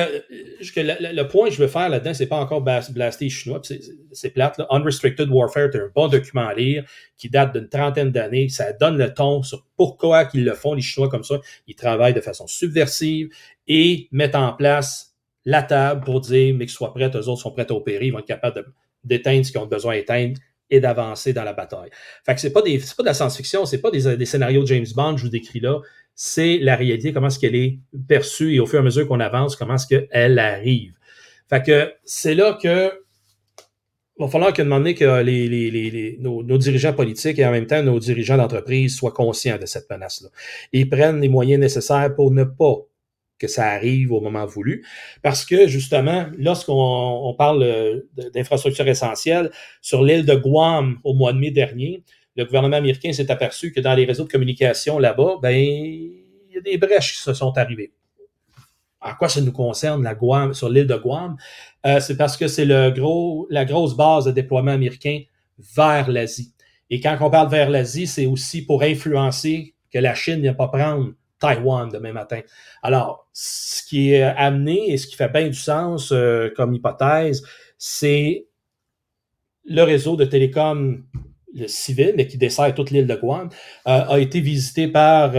le point que je veux faire là-dedans, c'est pas encore blaster les Chinois, c'est plate, là. Unrestricted Warfare, c'est un bon document à lire qui date d'une 30aine d'années. Ça donne le ton sur pourquoi ils le font, les Chinois, comme ça. Ils travaillent de façon subversive et mettent en place la table pour dire, mais qu'ils soient prêts, eux autres sont prêts à opérer, ils vont être capables d'éteindre ce qu'ils ont besoin d'éteindre et d'avancer dans la bataille. Fait que c'est pas de la science-fiction, c'est pas des scénarios de James Bond, je vous décris là, c'est la réalité, comment est-ce qu'elle est perçue et au fur et à mesure qu'on avance, comment est-ce qu'elle arrive. Fait que c'est là que il va falloir qu'à un moment donné que nos dirigeants politiques et en même temps nos dirigeants d'entreprise soient conscients de cette menace-là et prennent les moyens nécessaires pour ne pas que ça arrive au moment voulu. Parce que, justement, lorsqu'on parle d'infrastructures essentielles, sur l'île de Guam, au mois de mai dernier, le gouvernement américain s'est aperçu que dans les réseaux de communication là-bas, il y a des brèches qui se sont arrivées. En quoi ça nous concerne, sur l'île de Guam? C'est parce que c'est la grosse base de déploiement américain vers l'Asie. Et quand on parle vers l'Asie, c'est aussi pour influencer que la Chine ne vient pas prendre Taïwan demain matin. Alors, ce qui est amené et ce qui fait bien du sens comme hypothèse, c'est le réseau de télécom civil, mais qui dessert toute l'île de Guam, a été visité par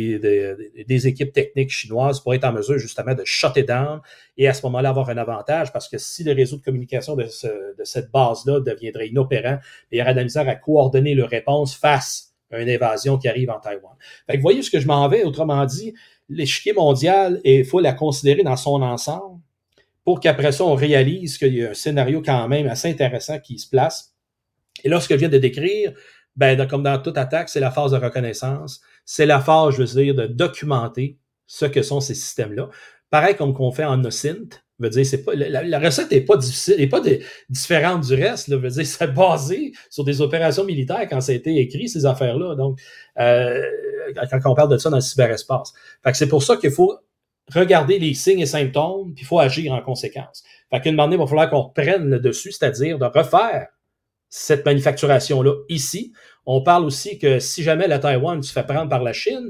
des équipes techniques chinoises pour être en mesure justement de shutter down et à ce moment-là avoir un avantage parce que si le réseau de communication de cette base-là deviendrait inopérant, il y aurait de la misère à coordonner leur réponse face une invasion qui arrive en Taïwan. Fait que vous voyez ce que je m'en vais, autrement dit, l'échiquier mondial, il faut la considérer dans son ensemble pour qu'après ça, on réalise qu'il y a un scénario quand même assez intéressant qui se place. Et là, ce que je viens de décrire, comme dans toute attaque, c'est la phase de reconnaissance, c'est la phase, je veux dire, de documenter ce que sont ces systèmes-là. Pareil comme qu'on fait en OSINT, veut dire, c'est pas, la recette n'est pas difficile, n'est pas différente du reste. Là, veut dire, c'est basé sur des opérations militaires quand ça a été écrit, ces affaires-là. Donc, quand on parle de ça dans le cyberespace. Fait que c'est pour ça qu'il faut regarder les signes et symptômes, puis il faut agir en conséquence. Fait qu'une moment donné, il va falloir qu'on reprenne le dessus, c'est-à-dire de refaire cette manufacturation-là ici. On parle aussi que si jamais la Taïwan se fait prendre par la Chine,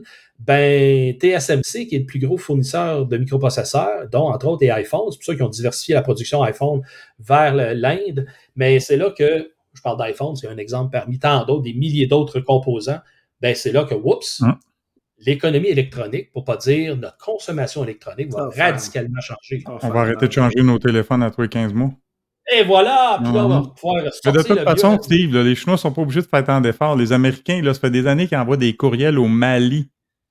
TSMC, qui est le plus gros fournisseur de microprocesseurs, dont entre autres les iPhones, c'est pour ça qu'ils ont diversifié la production iPhone vers l'Inde, mais c'est là que, je parle d'iPhone, c'est un exemple parmi tant d'autres, des milliers d'autres composants, c'est là que, l'économie électronique, pour ne pas dire notre consommation électronique, va radicalement changer. On va arrêter de changer nos téléphones à tous les 15 mois. Et voilà! Puis là, on va pouvoir sortir de toute façon, Steve, les Chinois ne sont pas obligés de faire tant d'efforts. Les Américains, là, ça fait des années qu'ils envoient des courriels au Mali.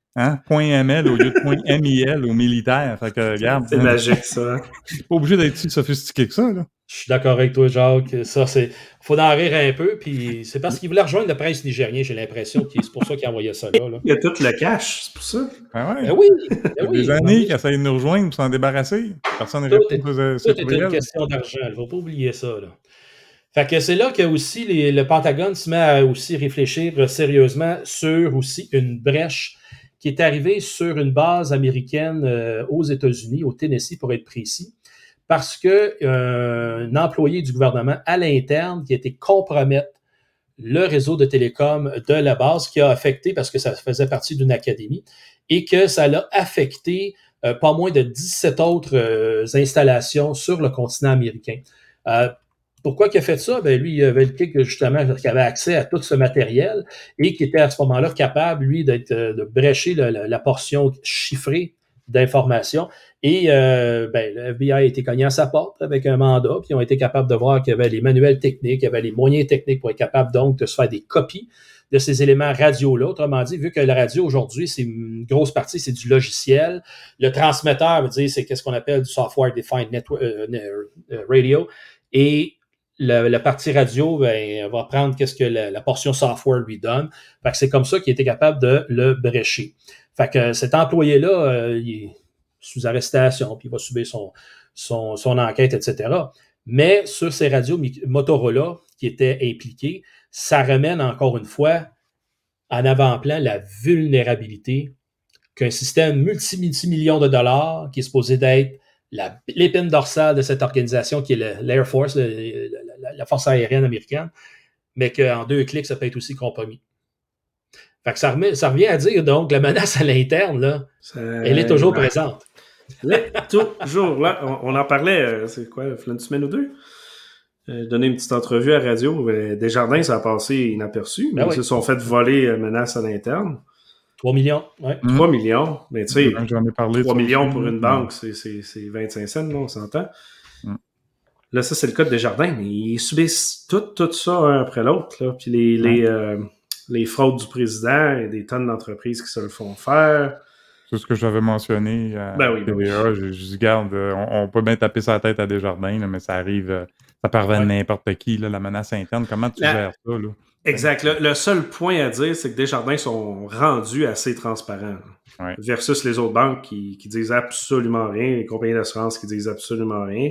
.ml au lieu de .mil aux militaires. Fait que, regarde, c'est magique, ça. C'est pas obligé d'être si sophistiqué que ça, là. Je suis d'accord avec toi, Jacques. Ça, faut en rire un peu, puis c'est parce qu'il voulait rejoindre le prince nigérien, j'ai l'impression, c'est pour ça qu'il envoyait ça là. Il y a tout le cash, c'est pour ça. Oui. Il y a des années qu'il essaie de nous rejoindre pour s'en débarrasser. Personne ne répond à ces courriels. C'est une question d'argent, il ne faut pas oublier ça, là. Fait que c'est là que aussi le Pentagone se met à aussi réfléchir sérieusement sur aussi une brèche qui est arrivée sur une base américaine aux États-Unis, au Tennessee pour être précis, parce qu'un employé du gouvernement à l'interne qui a été compromettre le réseau de télécom de la base, qui a affecté, parce que ça faisait partie d'une académie, et que ça l'a affecté pas moins de 17 autres installations sur le continent américain. Pourquoi il a fait ça? Lui, il avait le clic justement qui avait accès à tout ce matériel et qui était à ce moment-là capable, lui, de brécher la portion chiffrée d'informations. Et le FBI a été cogné à sa porte avec un mandat, puis ils ont été capables de voir qu'il y avait les manuels techniques, qu'il y avait les moyens techniques pour être capable donc de se faire des copies de ces éléments radio-là. Autrement dit, vu que la radio aujourd'hui, c'est une grosse partie, c'est du logiciel. Le transmetteur, veut dire, c'est ce qu'on appelle du Software Defined Network Radio. Et la partie radio va prendre qu'est-ce que la portion software lui donne. Fait que c'est comme ça qu'il était capable de le brécher. Fait que cet employé-là, il est sous arrestation, puis il va subir son enquête, etc. Mais sur ces radios Motorola qui étaient impliquées, ça ramène encore une fois en avant-plan la vulnérabilité qu'un système multimillions de dollars qui est supposé d'être l'épine dorsale de cette organisation qui est l'Air Force, la force aérienne américaine, mais qu'en 2 clics, ça peut être aussi compromis. Fait que ça revient à dire, donc, la menace à l'interne, là, elle est toujours présente. Elle est toujours là. On en parlait, c'est quoi, une semaine ou deux? Donné une petite entrevue à radio. Desjardins, ça a passé inaperçu, mais ils se sont fait voler menace à l'interne. 3 millions, ouais. 3 millions, mais tu sais, j'en ai parlé 3 millions pour une banque, c'est 25 cents, là, on s'entend. Là, ça, c'est le cas de Desjardins, mais ils subissent tout ça un après l'autre, là. Puis les fraudes du président et des tonnes d'entreprises qui se le font faire. C'est ce que j'avais mentionné à TVA. Je dis, garde, on peut bien taper sa tête à Desjardins, là, mais ça arrive, ça parvient de n'importe qui, là, la menace interne. Comment tu gères ça, là? Exact. Le seul point à dire, c'est que Desjardins sont rendus assez transparents. Versus les autres banques qui disent absolument rien, les compagnies d'assurance qui disent absolument rien.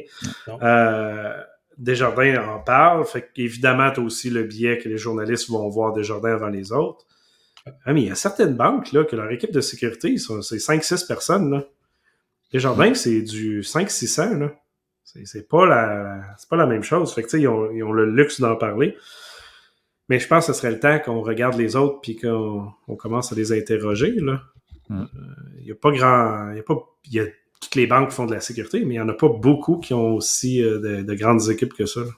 Desjardins en parle, fait qu'évidemment, tu as aussi le biais que les journalistes vont voir Desjardins avant les autres. Mais il y a certaines banques là, que leur équipe de sécurité, c'est 5-6 personnes. Là. Desjardins, c'est du 500-600. Là. C'est pas la même chose. Fait que, ils ont le luxe d'en parler. Mais je pense que ce serait le temps qu'on regarde les autres et qu'on commence à les interroger. Il y a pas grand... Il y a toutes les banques qui font de la sécurité, mais il n'y en a pas beaucoup qui ont aussi de grandes équipes que ça.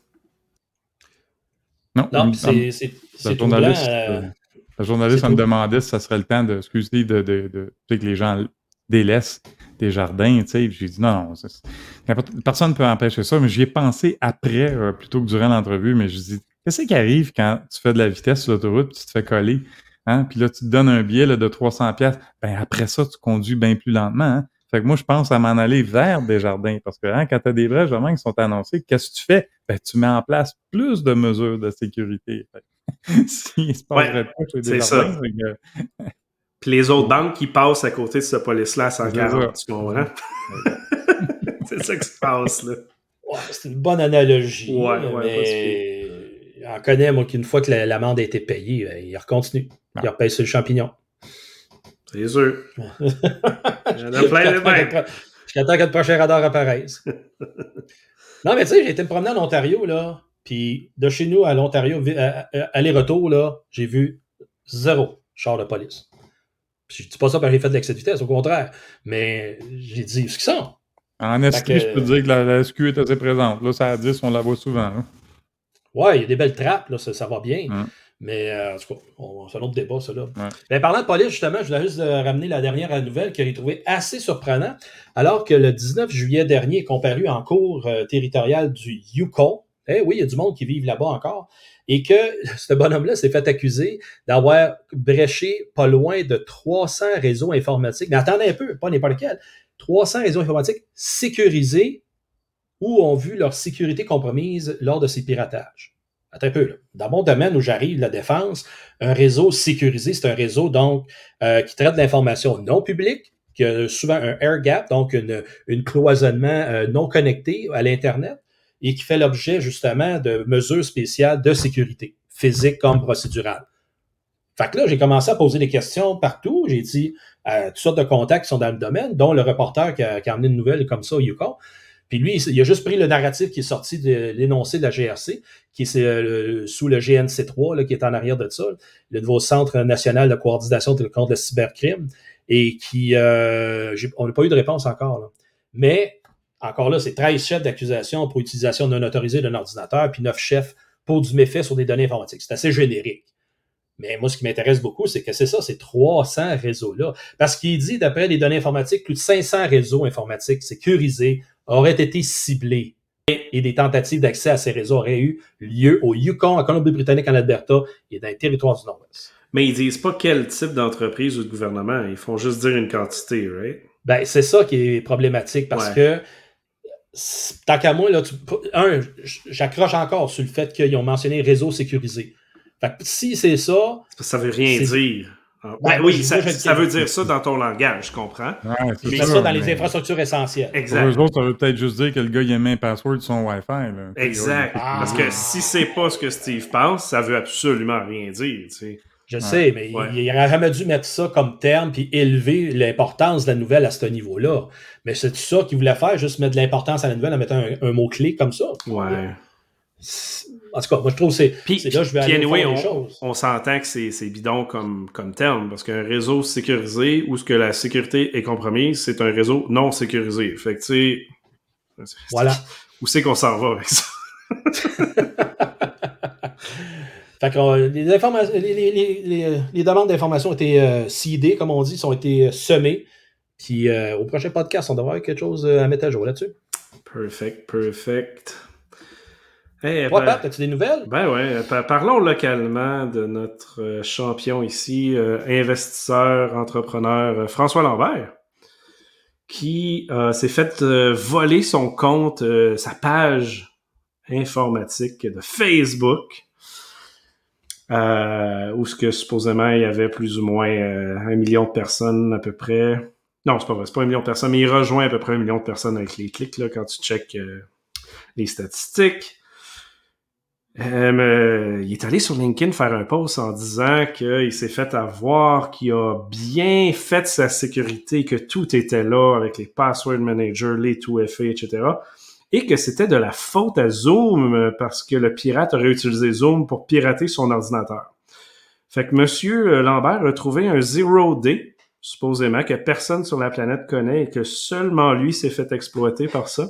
Là. Non, c'est troublant. Le journaliste me demandait si ça serait le temps de que les gens délaissent Desjardins. J'ai dit non, personne ne peut empêcher ça, mais j'y ai pensé après, plutôt que durant l'entrevue, mais je dis, qu'est-ce qui arrive quand tu fais de la vitesse sur l'autoroute et tu te fais coller hein, puis là, tu te donnes un billet là, de 300$, ben après ça, tu conduis bien plus lentement. Hein. Fait que moi, je pense à m'en aller vers Desjardins, parce que hein, quand tu as des brèches vraiment qui sont annoncées, qu'est-ce que tu fais? Ben, tu mets en place plus de mesures de sécurité. S'il se passerait pas chez Desjardins, puis les autres banques qui passent à côté de cette police-là à 140, tu comprends? C'est ça qui se passe, là. Ouais, c'est une bonne analogie, mais on connaît, moi, qu'une fois que l'amende a été payée, il recontinue. Il repaye sur le champignon. C'est sûr. Il y en a plein de même. Jusqu'à temps que le prochain radar apparaisse. Non, mais tu sais, j'ai été me promener en Ontario, là, puis de chez nous à l'Ontario, aller-retour, là, j'ai vu 0 char de police. Puis je dis pas ça parce que j'ai fait de l'excès de vitesse, au contraire. Mais j'ai dit, ce qu'ils sont. En Estrie, je peux te dire que la SQ est assez présente. Là, ça à 10, on la voit souvent. Hein. Ouais, il y a des belles trappes, là, ça va bien. Mais en tout cas, c'est un autre débat, ça. Là. Mais parlant de police, justement, je voulais juste ramener la dernière nouvelle que j'ai trouvée assez surprenante. Alors que le 19 juillet dernier est comparu en cour territoriale du Yukon. Oui, il y a du monde qui vit là-bas encore. Et que ce bonhomme-là s'est fait accuser d'avoir bréché pas loin de 300 réseaux informatiques. Mais attendez un peu, pas n'importe lequel. 300 réseaux informatiques sécurisés ou ont vu leur sécurité compromise lors de ces piratages. Attends un peu, là. Dans mon domaine où j'arrive, la défense, un réseau sécurisé, c'est un réseau donc qui traite de l'information non publique, qui a souvent un air gap, donc une cloisonnement non connecté à l'Internet, et qui fait l'objet justement de mesures spéciales de sécurité, physique comme procédurale. Fait que là, j'ai commencé à poser des questions partout. J'ai dit à toutes sortes de contacts qui sont dans le domaine, dont le reporter qui a amené une nouvelle comme ça au Yukon. Puis lui, il a juste pris le narratif qui est sorti de l'énoncé de la GRC, qui est sous le GNC3, là, qui est en arrière de ça, le nouveau Centre national de coordination contre le cybercrime, et qui, on n'a pas eu de réponse encore. Là. Mais, encore là, c'est 13 chefs d'accusation pour utilisation non autorisée d'un ordinateur, puis 9 chefs pour du méfait sur des données informatiques. C'est assez générique. Mais moi, ce qui m'intéresse beaucoup, c'est que c'est ça, ces 300 réseaux-là. Parce qu'il dit, d'après les données informatiques, plus de 500 réseaux informatiques sécurisés auraient été ciblés et des tentatives d'accès à ces réseaux auraient eu lieu au Yukon, en Colombie-Britannique, en Alberta et dans les territoires du Nord-Ouest. Mais ils disent pas quel type d'entreprise ou de gouvernement. Ils font juste dire une quantité, right? Ben, c'est ça qui est problématique parce que tant qu'à moi, là, j'accroche encore sur le fait qu'ils ont mentionné réseau sécurisé. Fait que si c'est ça... Ça veut rien dire. Oui, ça veut dire ça dans ton langage, je comprends. Ouais, c'est ça dans les infrastructures essentielles. Exact. Pour eux autres, ça veut peut-être juste dire que le gars, il a mis un password sur son Wi-Fi. Là. Exact. Parce que si c'est pas ce que Steve pense, ça veut absolument rien dire, tu sais. Je sais, mais il aurait jamais dû mettre ça comme terme puis élever l'importance de la nouvelle à ce niveau-là. Mais c'est ça qu'il voulait faire, juste mettre de l'importance à la nouvelle en mettant un mot-clé comme ça. Ouais. En tout cas, moi, je trouve que c'est là que je vais aller faire les choses. On s'entend que c'est bidon comme terme, parce qu'un réseau sécurisé où ce que la sécurité est compromise, c'est un réseau non sécurisé. Fait que, tu sais... Voilà. Où c'est qu'on s'en va avec ça? Fait que les demandes d'informations ont été seedées, comme on dit, ont été semées. Puis au prochain podcast, on devrait avoir quelque chose à mettre à jour là-dessus. Perfect. Hey, Pat, as-tu des nouvelles? Ben ouais. Parlons localement de notre champion ici, investisseur, entrepreneur, François Lambert, qui s'est fait voler son compte, sa page informatique de Facebook, où ce que supposément il y avait plus ou moins 1 million de personnes à peu près. Non, c'est pas vrai, c'est pas 1 million de personnes, mais il rejoint à peu près 1 million de personnes avec les clics là, quand tu checkes les statistiques. Il est allé sur LinkedIn faire un post en disant qu'il s'est fait avoir, qu'il a bien fait sa sécurité, que tout était là avec les password managers, les 2FA, etc. Et que c'était de la faute à Zoom parce que le pirate aurait utilisé Zoom pour pirater son ordinateur. Fait que Monsieur Lambert a trouvé un 0-day, supposément, que personne sur la planète connaît et que seulement lui s'est fait exploiter par ça.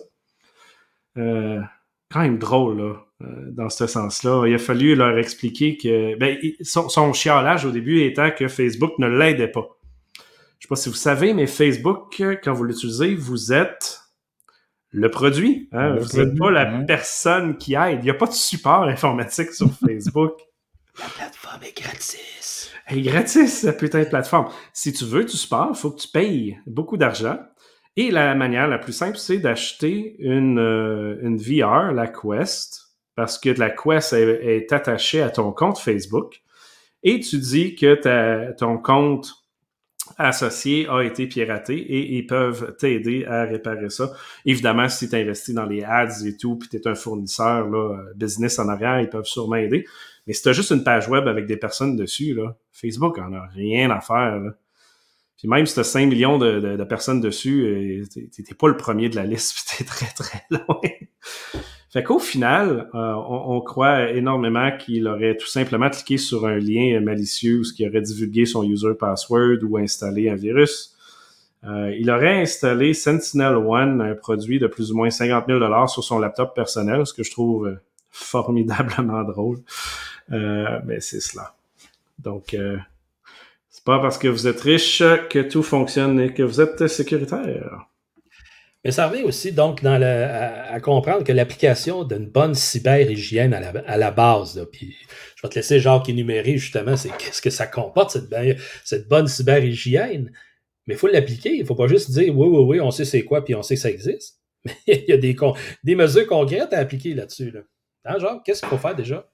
Quand même drôle, là, dans ce sens-là. Il a fallu leur expliquer que... son chialage au début étant que Facebook ne l'aidait pas. Je sais pas si vous savez, mais Facebook, quand vous l'utilisez, vous êtes le produit. Hein? Vous n'êtes pas la personne qui aide. Il n'y a pas de support informatique sur Facebook. La plateforme est gratis. Elle est gratis, la putain de plateforme. Si tu veux du sport, il faut que tu payes beaucoup d'argent. Et la manière la plus simple, c'est d'acheter une VR, la Quest, parce que la Quest est attachée à ton compte Facebook. Et tu dis que ton compte associé a été piraté et ils peuvent t'aider à réparer ça. Évidemment, si tu investis dans les ads et tout, puis tu es un fournisseur là, business en arrière, ils peuvent sûrement aider. Mais si tu as juste une page web avec des personnes dessus, là, Facebook en a rien à faire. Là. Puis même si tu as 5 millions de personnes dessus, t'es pas le premier de la liste, puis t'es très, très loin. Fait qu'au final, on croit énormément qu'il aurait tout simplement cliqué sur un lien malicieux ou qui aurait divulgué son user password ou installé un virus. Il aurait installé Sentinel-One, un produit de plus ou moins 50 000 $ sur son laptop personnel, ce que je trouve formidablement drôle. Mais c'est cela. Donc, c'est pas parce que vous êtes riche que tout fonctionne et que vous êtes sécuritaire. Mais ça revient aussi donc à comprendre que l'application d'une bonne cyber-hygiène à la base, là, puis je vais te laisser Jacques énumérer justement c'est qu'est-ce que ça comporte cette bonne cyber-hygiène, mais il faut l'appliquer, il ne faut pas juste dire oui, on sait c'est quoi puis on sait que ça existe. Mais il y a des mesures concrètes à appliquer là-dessus. Là. Hein, Jacques, qu'est-ce qu'il faut faire déjà?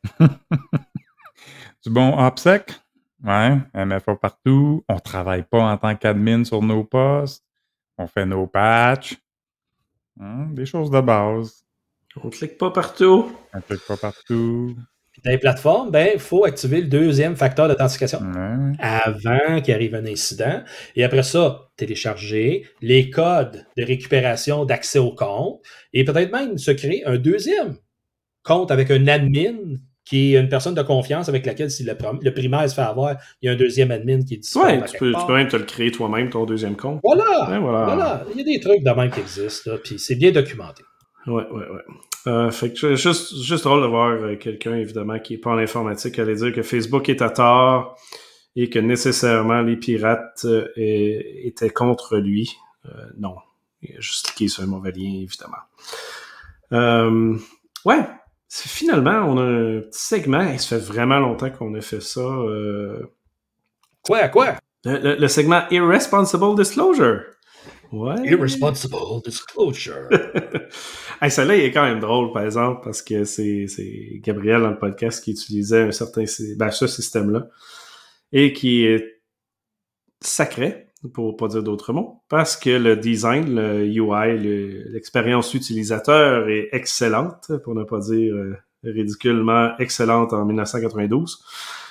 Du bon OPSEC, ouais, MFA partout, on ne travaille pas en tant qu'admin sur nos postes, on fait nos patchs. Des choses de base. On clique pas partout. On clique pas partout. Puis dans les plateformes, il faut activer le deuxième facteur d'authentification Ouais. avant qu'il arrive un incident. Et après ça, télécharger les codes de récupération d'accès au compte et peut-être même se créer un deuxième compte avec un admin qui est une personne de confiance avec laquelle, si le primaire se fait avoir, il y a un deuxième admin qui est disponible. Ouais, tu peux même te le créer toi-même, ton deuxième compte. Voilà. Il y a des trucs de même qui existent, puis c'est bien documenté. Ouais. Fait que juste drôle de voir quelqu'un, évidemment, qui n'est pas en informatique, aller dire que Facebook est à tort et que nécessairement les pirates étaient contre lui. Non. Il a juste cliqué sur un mauvais lien, évidemment. Ouais. Finalement, on a un petit segment. Et ça fait vraiment longtemps qu'on a fait ça. Quoi? Le segment Irresponsible Disclosure. Ouais. Irresponsible Disclosure. Hey, celle-là, il est quand même drôle, par exemple, parce que c'est Gabriel dans le podcast qui utilisait un certain ce système-là et qui est sacré, pour pas dire d'autres mots, parce que le design, le UI, l'expérience utilisateur est excellente, pour ne pas dire ridiculement excellente en 1992.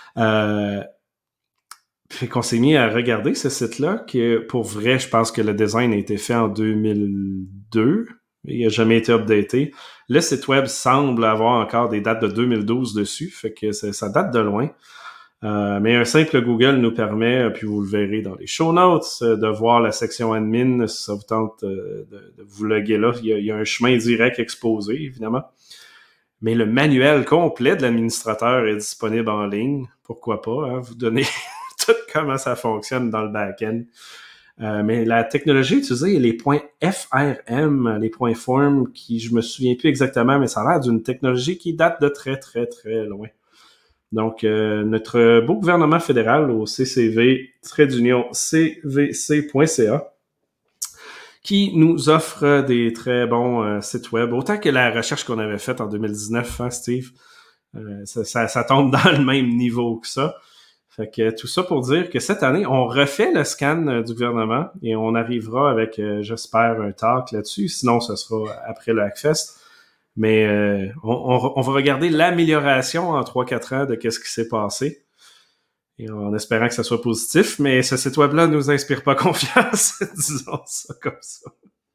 Fait qu'on s'est mis à regarder ce site-là, que pour vrai, je pense que le design a été fait en 2002. Il n'a jamais été updaté. Le site web semble avoir encore des dates de 2012 dessus, fait que ça date de loin. Mais un simple Google nous permet, puis vous le verrez dans les show notes, de voir la section admin, si ça vous tente de vous loguer là. Il y a un chemin direct exposé, évidemment. Mais le manuel complet de l'administrateur est disponible en ligne. Pourquoi pas, hein? Vous donnez tout comment ça fonctionne dans le back-end. Mais la technologie utilisée, les points FRM, les points form, qui je me souviens plus exactement, mais ça a l'air d'une technologie qui date de très, très, très loin. Donc, notre beau gouvernement fédéral au ccv-cvc.ca qui nous offre des très bons sites web. Autant que la recherche qu'on avait faite en 2019, hein, Steve? Ça tombe dans le même niveau que ça. Fait que tout ça pour dire que cette année, on refait le scan du gouvernement et on arrivera avec, j'espère, un talk là-dessus. Sinon, ce sera après le Hackfest. Mais on va regarder l'amélioration en 3-4 ans de qu'est-ce qui s'est passé. Et en espérant que ça soit positif. Mais ce site web-là ne nous inspire pas confiance. Disons ça comme ça.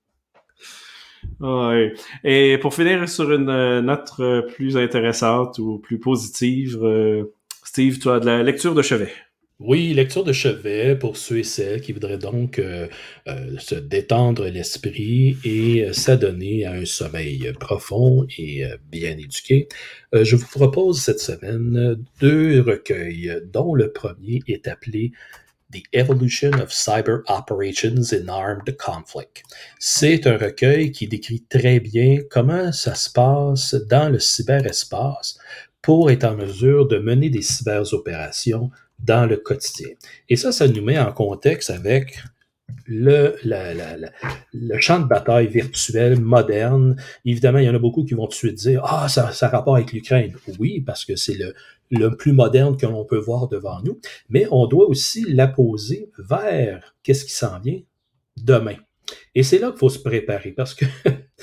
Ouais. Et pour finir sur une note plus intéressante ou plus positive, Steve, tu as de la lecture de chevet. Oui, lecture de chevet pour ceux et celles qui voudraient donc se détendre l'esprit et s'adonner à un sommeil profond et bien éduqué. Je vous propose cette semaine 2 recueils, dont le premier est appelé The Evolution of Cyber Operations in Armed Conflict. C'est un recueil qui décrit très bien comment ça se passe dans le cyberespace pour être en mesure de mener des cyberopérations dans le quotidien. Et ça nous met en contexte avec le champ de bataille virtuel moderne. Évidemment, il y en a beaucoup qui vont tout de suite dire « Ah, ça a rapport avec l'Ukraine. » Oui, parce que c'est le plus moderne que l'on peut voir devant nous, mais on doit aussi l'apposer vers qu'est-ce qui s'en vient demain. Et c'est là qu'il faut se préparer, parce que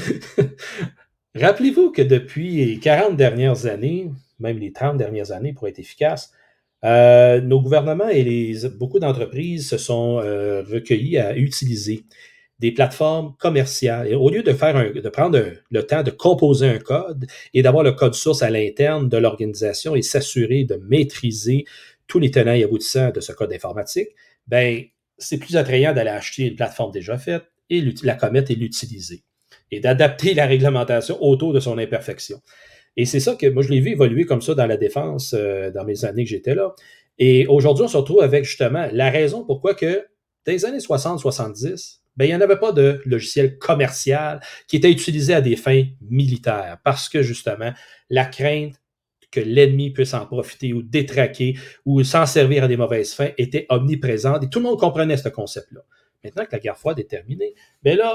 rappelez-vous que depuis les 40 dernières années, même les 30 dernières années pour être efficace, nos gouvernements et beaucoup d'entreprises se sont recueillis à utiliser des plateformes commerciales. Et au lieu de prendre le temps de composer un code et d'avoir le code source à l'interne de l'organisation et s'assurer de maîtriser tous les tenants et aboutissants de ce code informatique, ben c'est plus attrayant d'aller acheter une plateforme déjà faite et la commettre et l'utiliser. Et d'adapter la réglementation autour de son imperfection. Et c'est ça que moi, je l'ai vu évoluer comme ça dans la défense dans mes années que j'étais là. Et aujourd'hui, on se retrouve avec justement la raison pourquoi que dans les années 60-70, ben, il n'y en avait pas de logiciel commercial qui était utilisé à des fins militaires. Parce que justement, la crainte que l'ennemi puisse en profiter ou détraquer ou s'en servir à des mauvaises fins était omniprésente et tout le monde comprenait ce concept-là. Maintenant que la guerre froide est terminée, bien là,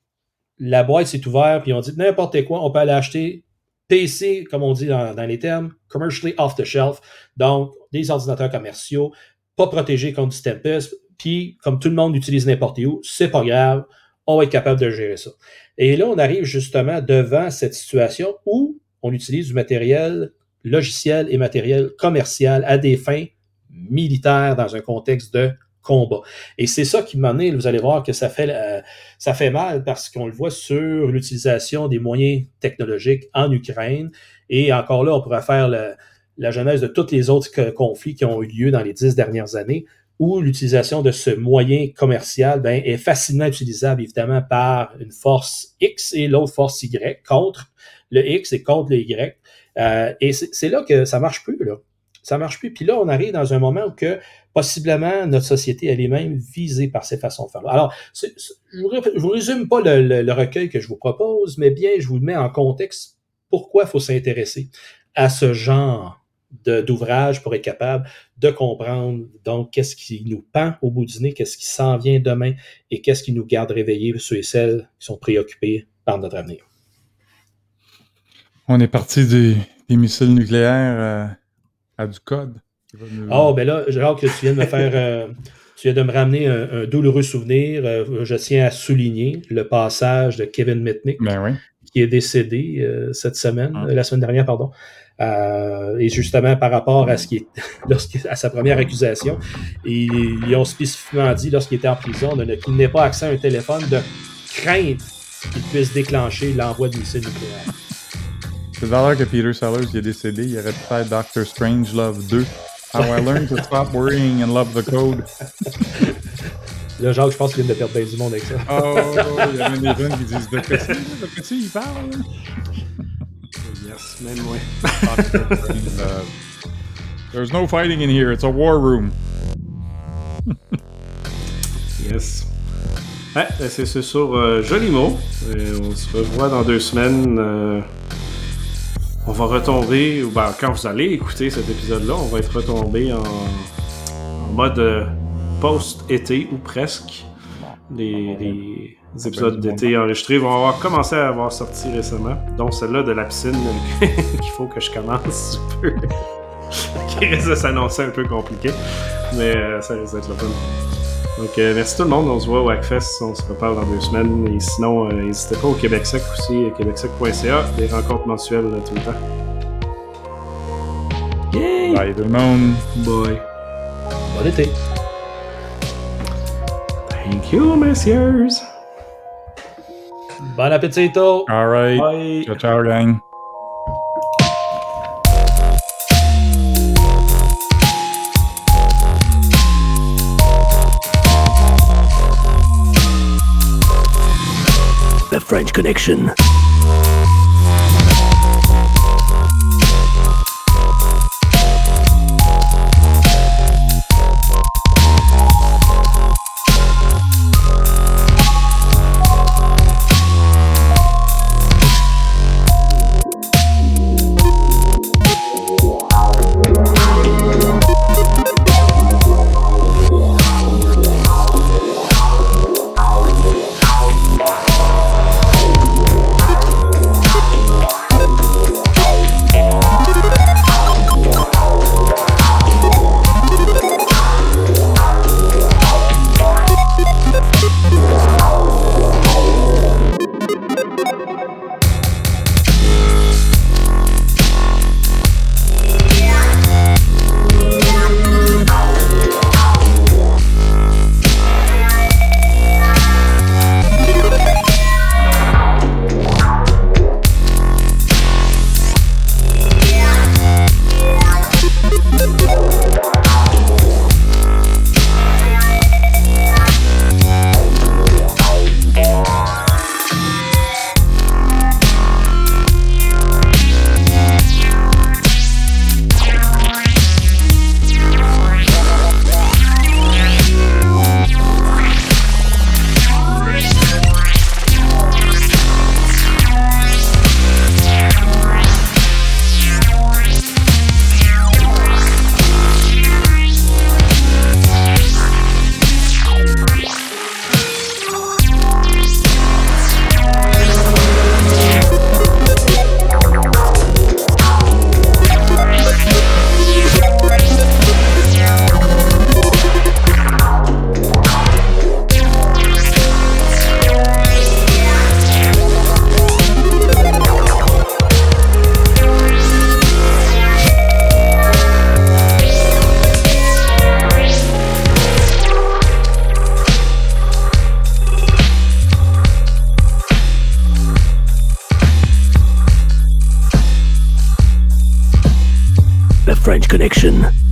la boîte s'est ouverte puis on dit n'importe quoi, on peut aller acheter PC, comme on dit dans les termes, commercially off the shelf, donc des ordinateurs commerciaux, pas protégés contre du Tempest, puis comme tout le monde utilise n'importe où, c'est pas grave, on va être capable de gérer ça. Et là, on arrive justement devant cette situation où on utilise du matériel logiciel et matériel commercial à des fins militaires dans un contexte de combat. Et c'est ça qui m'a amené, vous allez voir que ça fait mal parce qu'on le voit sur l'utilisation des moyens technologiques en Ukraine. Et encore là, on pourrait faire la genèse de tous les autres conflits qui ont eu lieu dans les 10 dernières années où l'utilisation de ce moyen commercial est facilement utilisable, évidemment, par une force X et l'autre force Y contre le X et contre le Y. Et c'est là que ça marche plus, là. Ça marche plus. Puis là, on arrive dans un moment où que, possiblement, notre société, elle est même visée par ces façons de faire. Alors, je vous résume pas le recueil que je vous propose, mais bien, je vous mets en contexte pourquoi il faut s'intéresser à ce genre d'ouvrage pour être capable de comprendre, donc, qu'est-ce qui nous pend au bout du nez, qu'est-ce qui s'en vient demain et qu'est-ce qui nous garde réveillés, ceux et celles qui sont préoccupés par notre avenir. On est parti des missiles nucléaires à du code. Ben là, Jacques, tu viens de me faire... tu viens de me ramener un douloureux souvenir. Je tiens à souligner le passage de Kevin Mitnick, qui est décédé cette semaine, la semaine dernière, pardon. Et justement, par rapport à à sa première accusation, ils ont spécifiquement dit, lorsqu'il était en prison, qu'il n'ait pas accès à un téléphone de crainte qu'il puisse déclencher l'envoi de missiles nucléaires. C'est valeur que Peter Sellers est décédé, il aurait pu faire Doctor Strangelove 2. How I learned to stop worrying and love the code. Là, Jacques, je pense qu'il vient de perdre bien du monde avec ça. Oh, il y a même des jeunes qui disent de petit, il parle. Yes, même moi. There's no fighting in here, it's a war room. Yes. Ouais, c'est sur joli mot. On se revoit dans 2 semaines. On va retomber, ou quand vous allez écouter cet épisode-là, on va être retombé en mode post-été ou presque. Les épisodes d'été enregistrés vont avoir commencé à avoir sorti récemment. Donc celle-là de la piscine qu'il faut que je commence un peu. Qui risque de s'annoncer un peu compliqué. Mais ça risque d'être le fun. Donc merci tout le monde, on se voit au Hackfest, on se reparle dans 2 semaines. Et sinon, n'hésitez pas au Québec-Sec aussi, québecsec.ca, des rencontres mensuelles tout le temps. Yay! Bye tout le monde! Bye! Bon été! Thank you, messieurs! Bon appetito! Alright, bye! Ciao, gang! The French Connection. French Connection.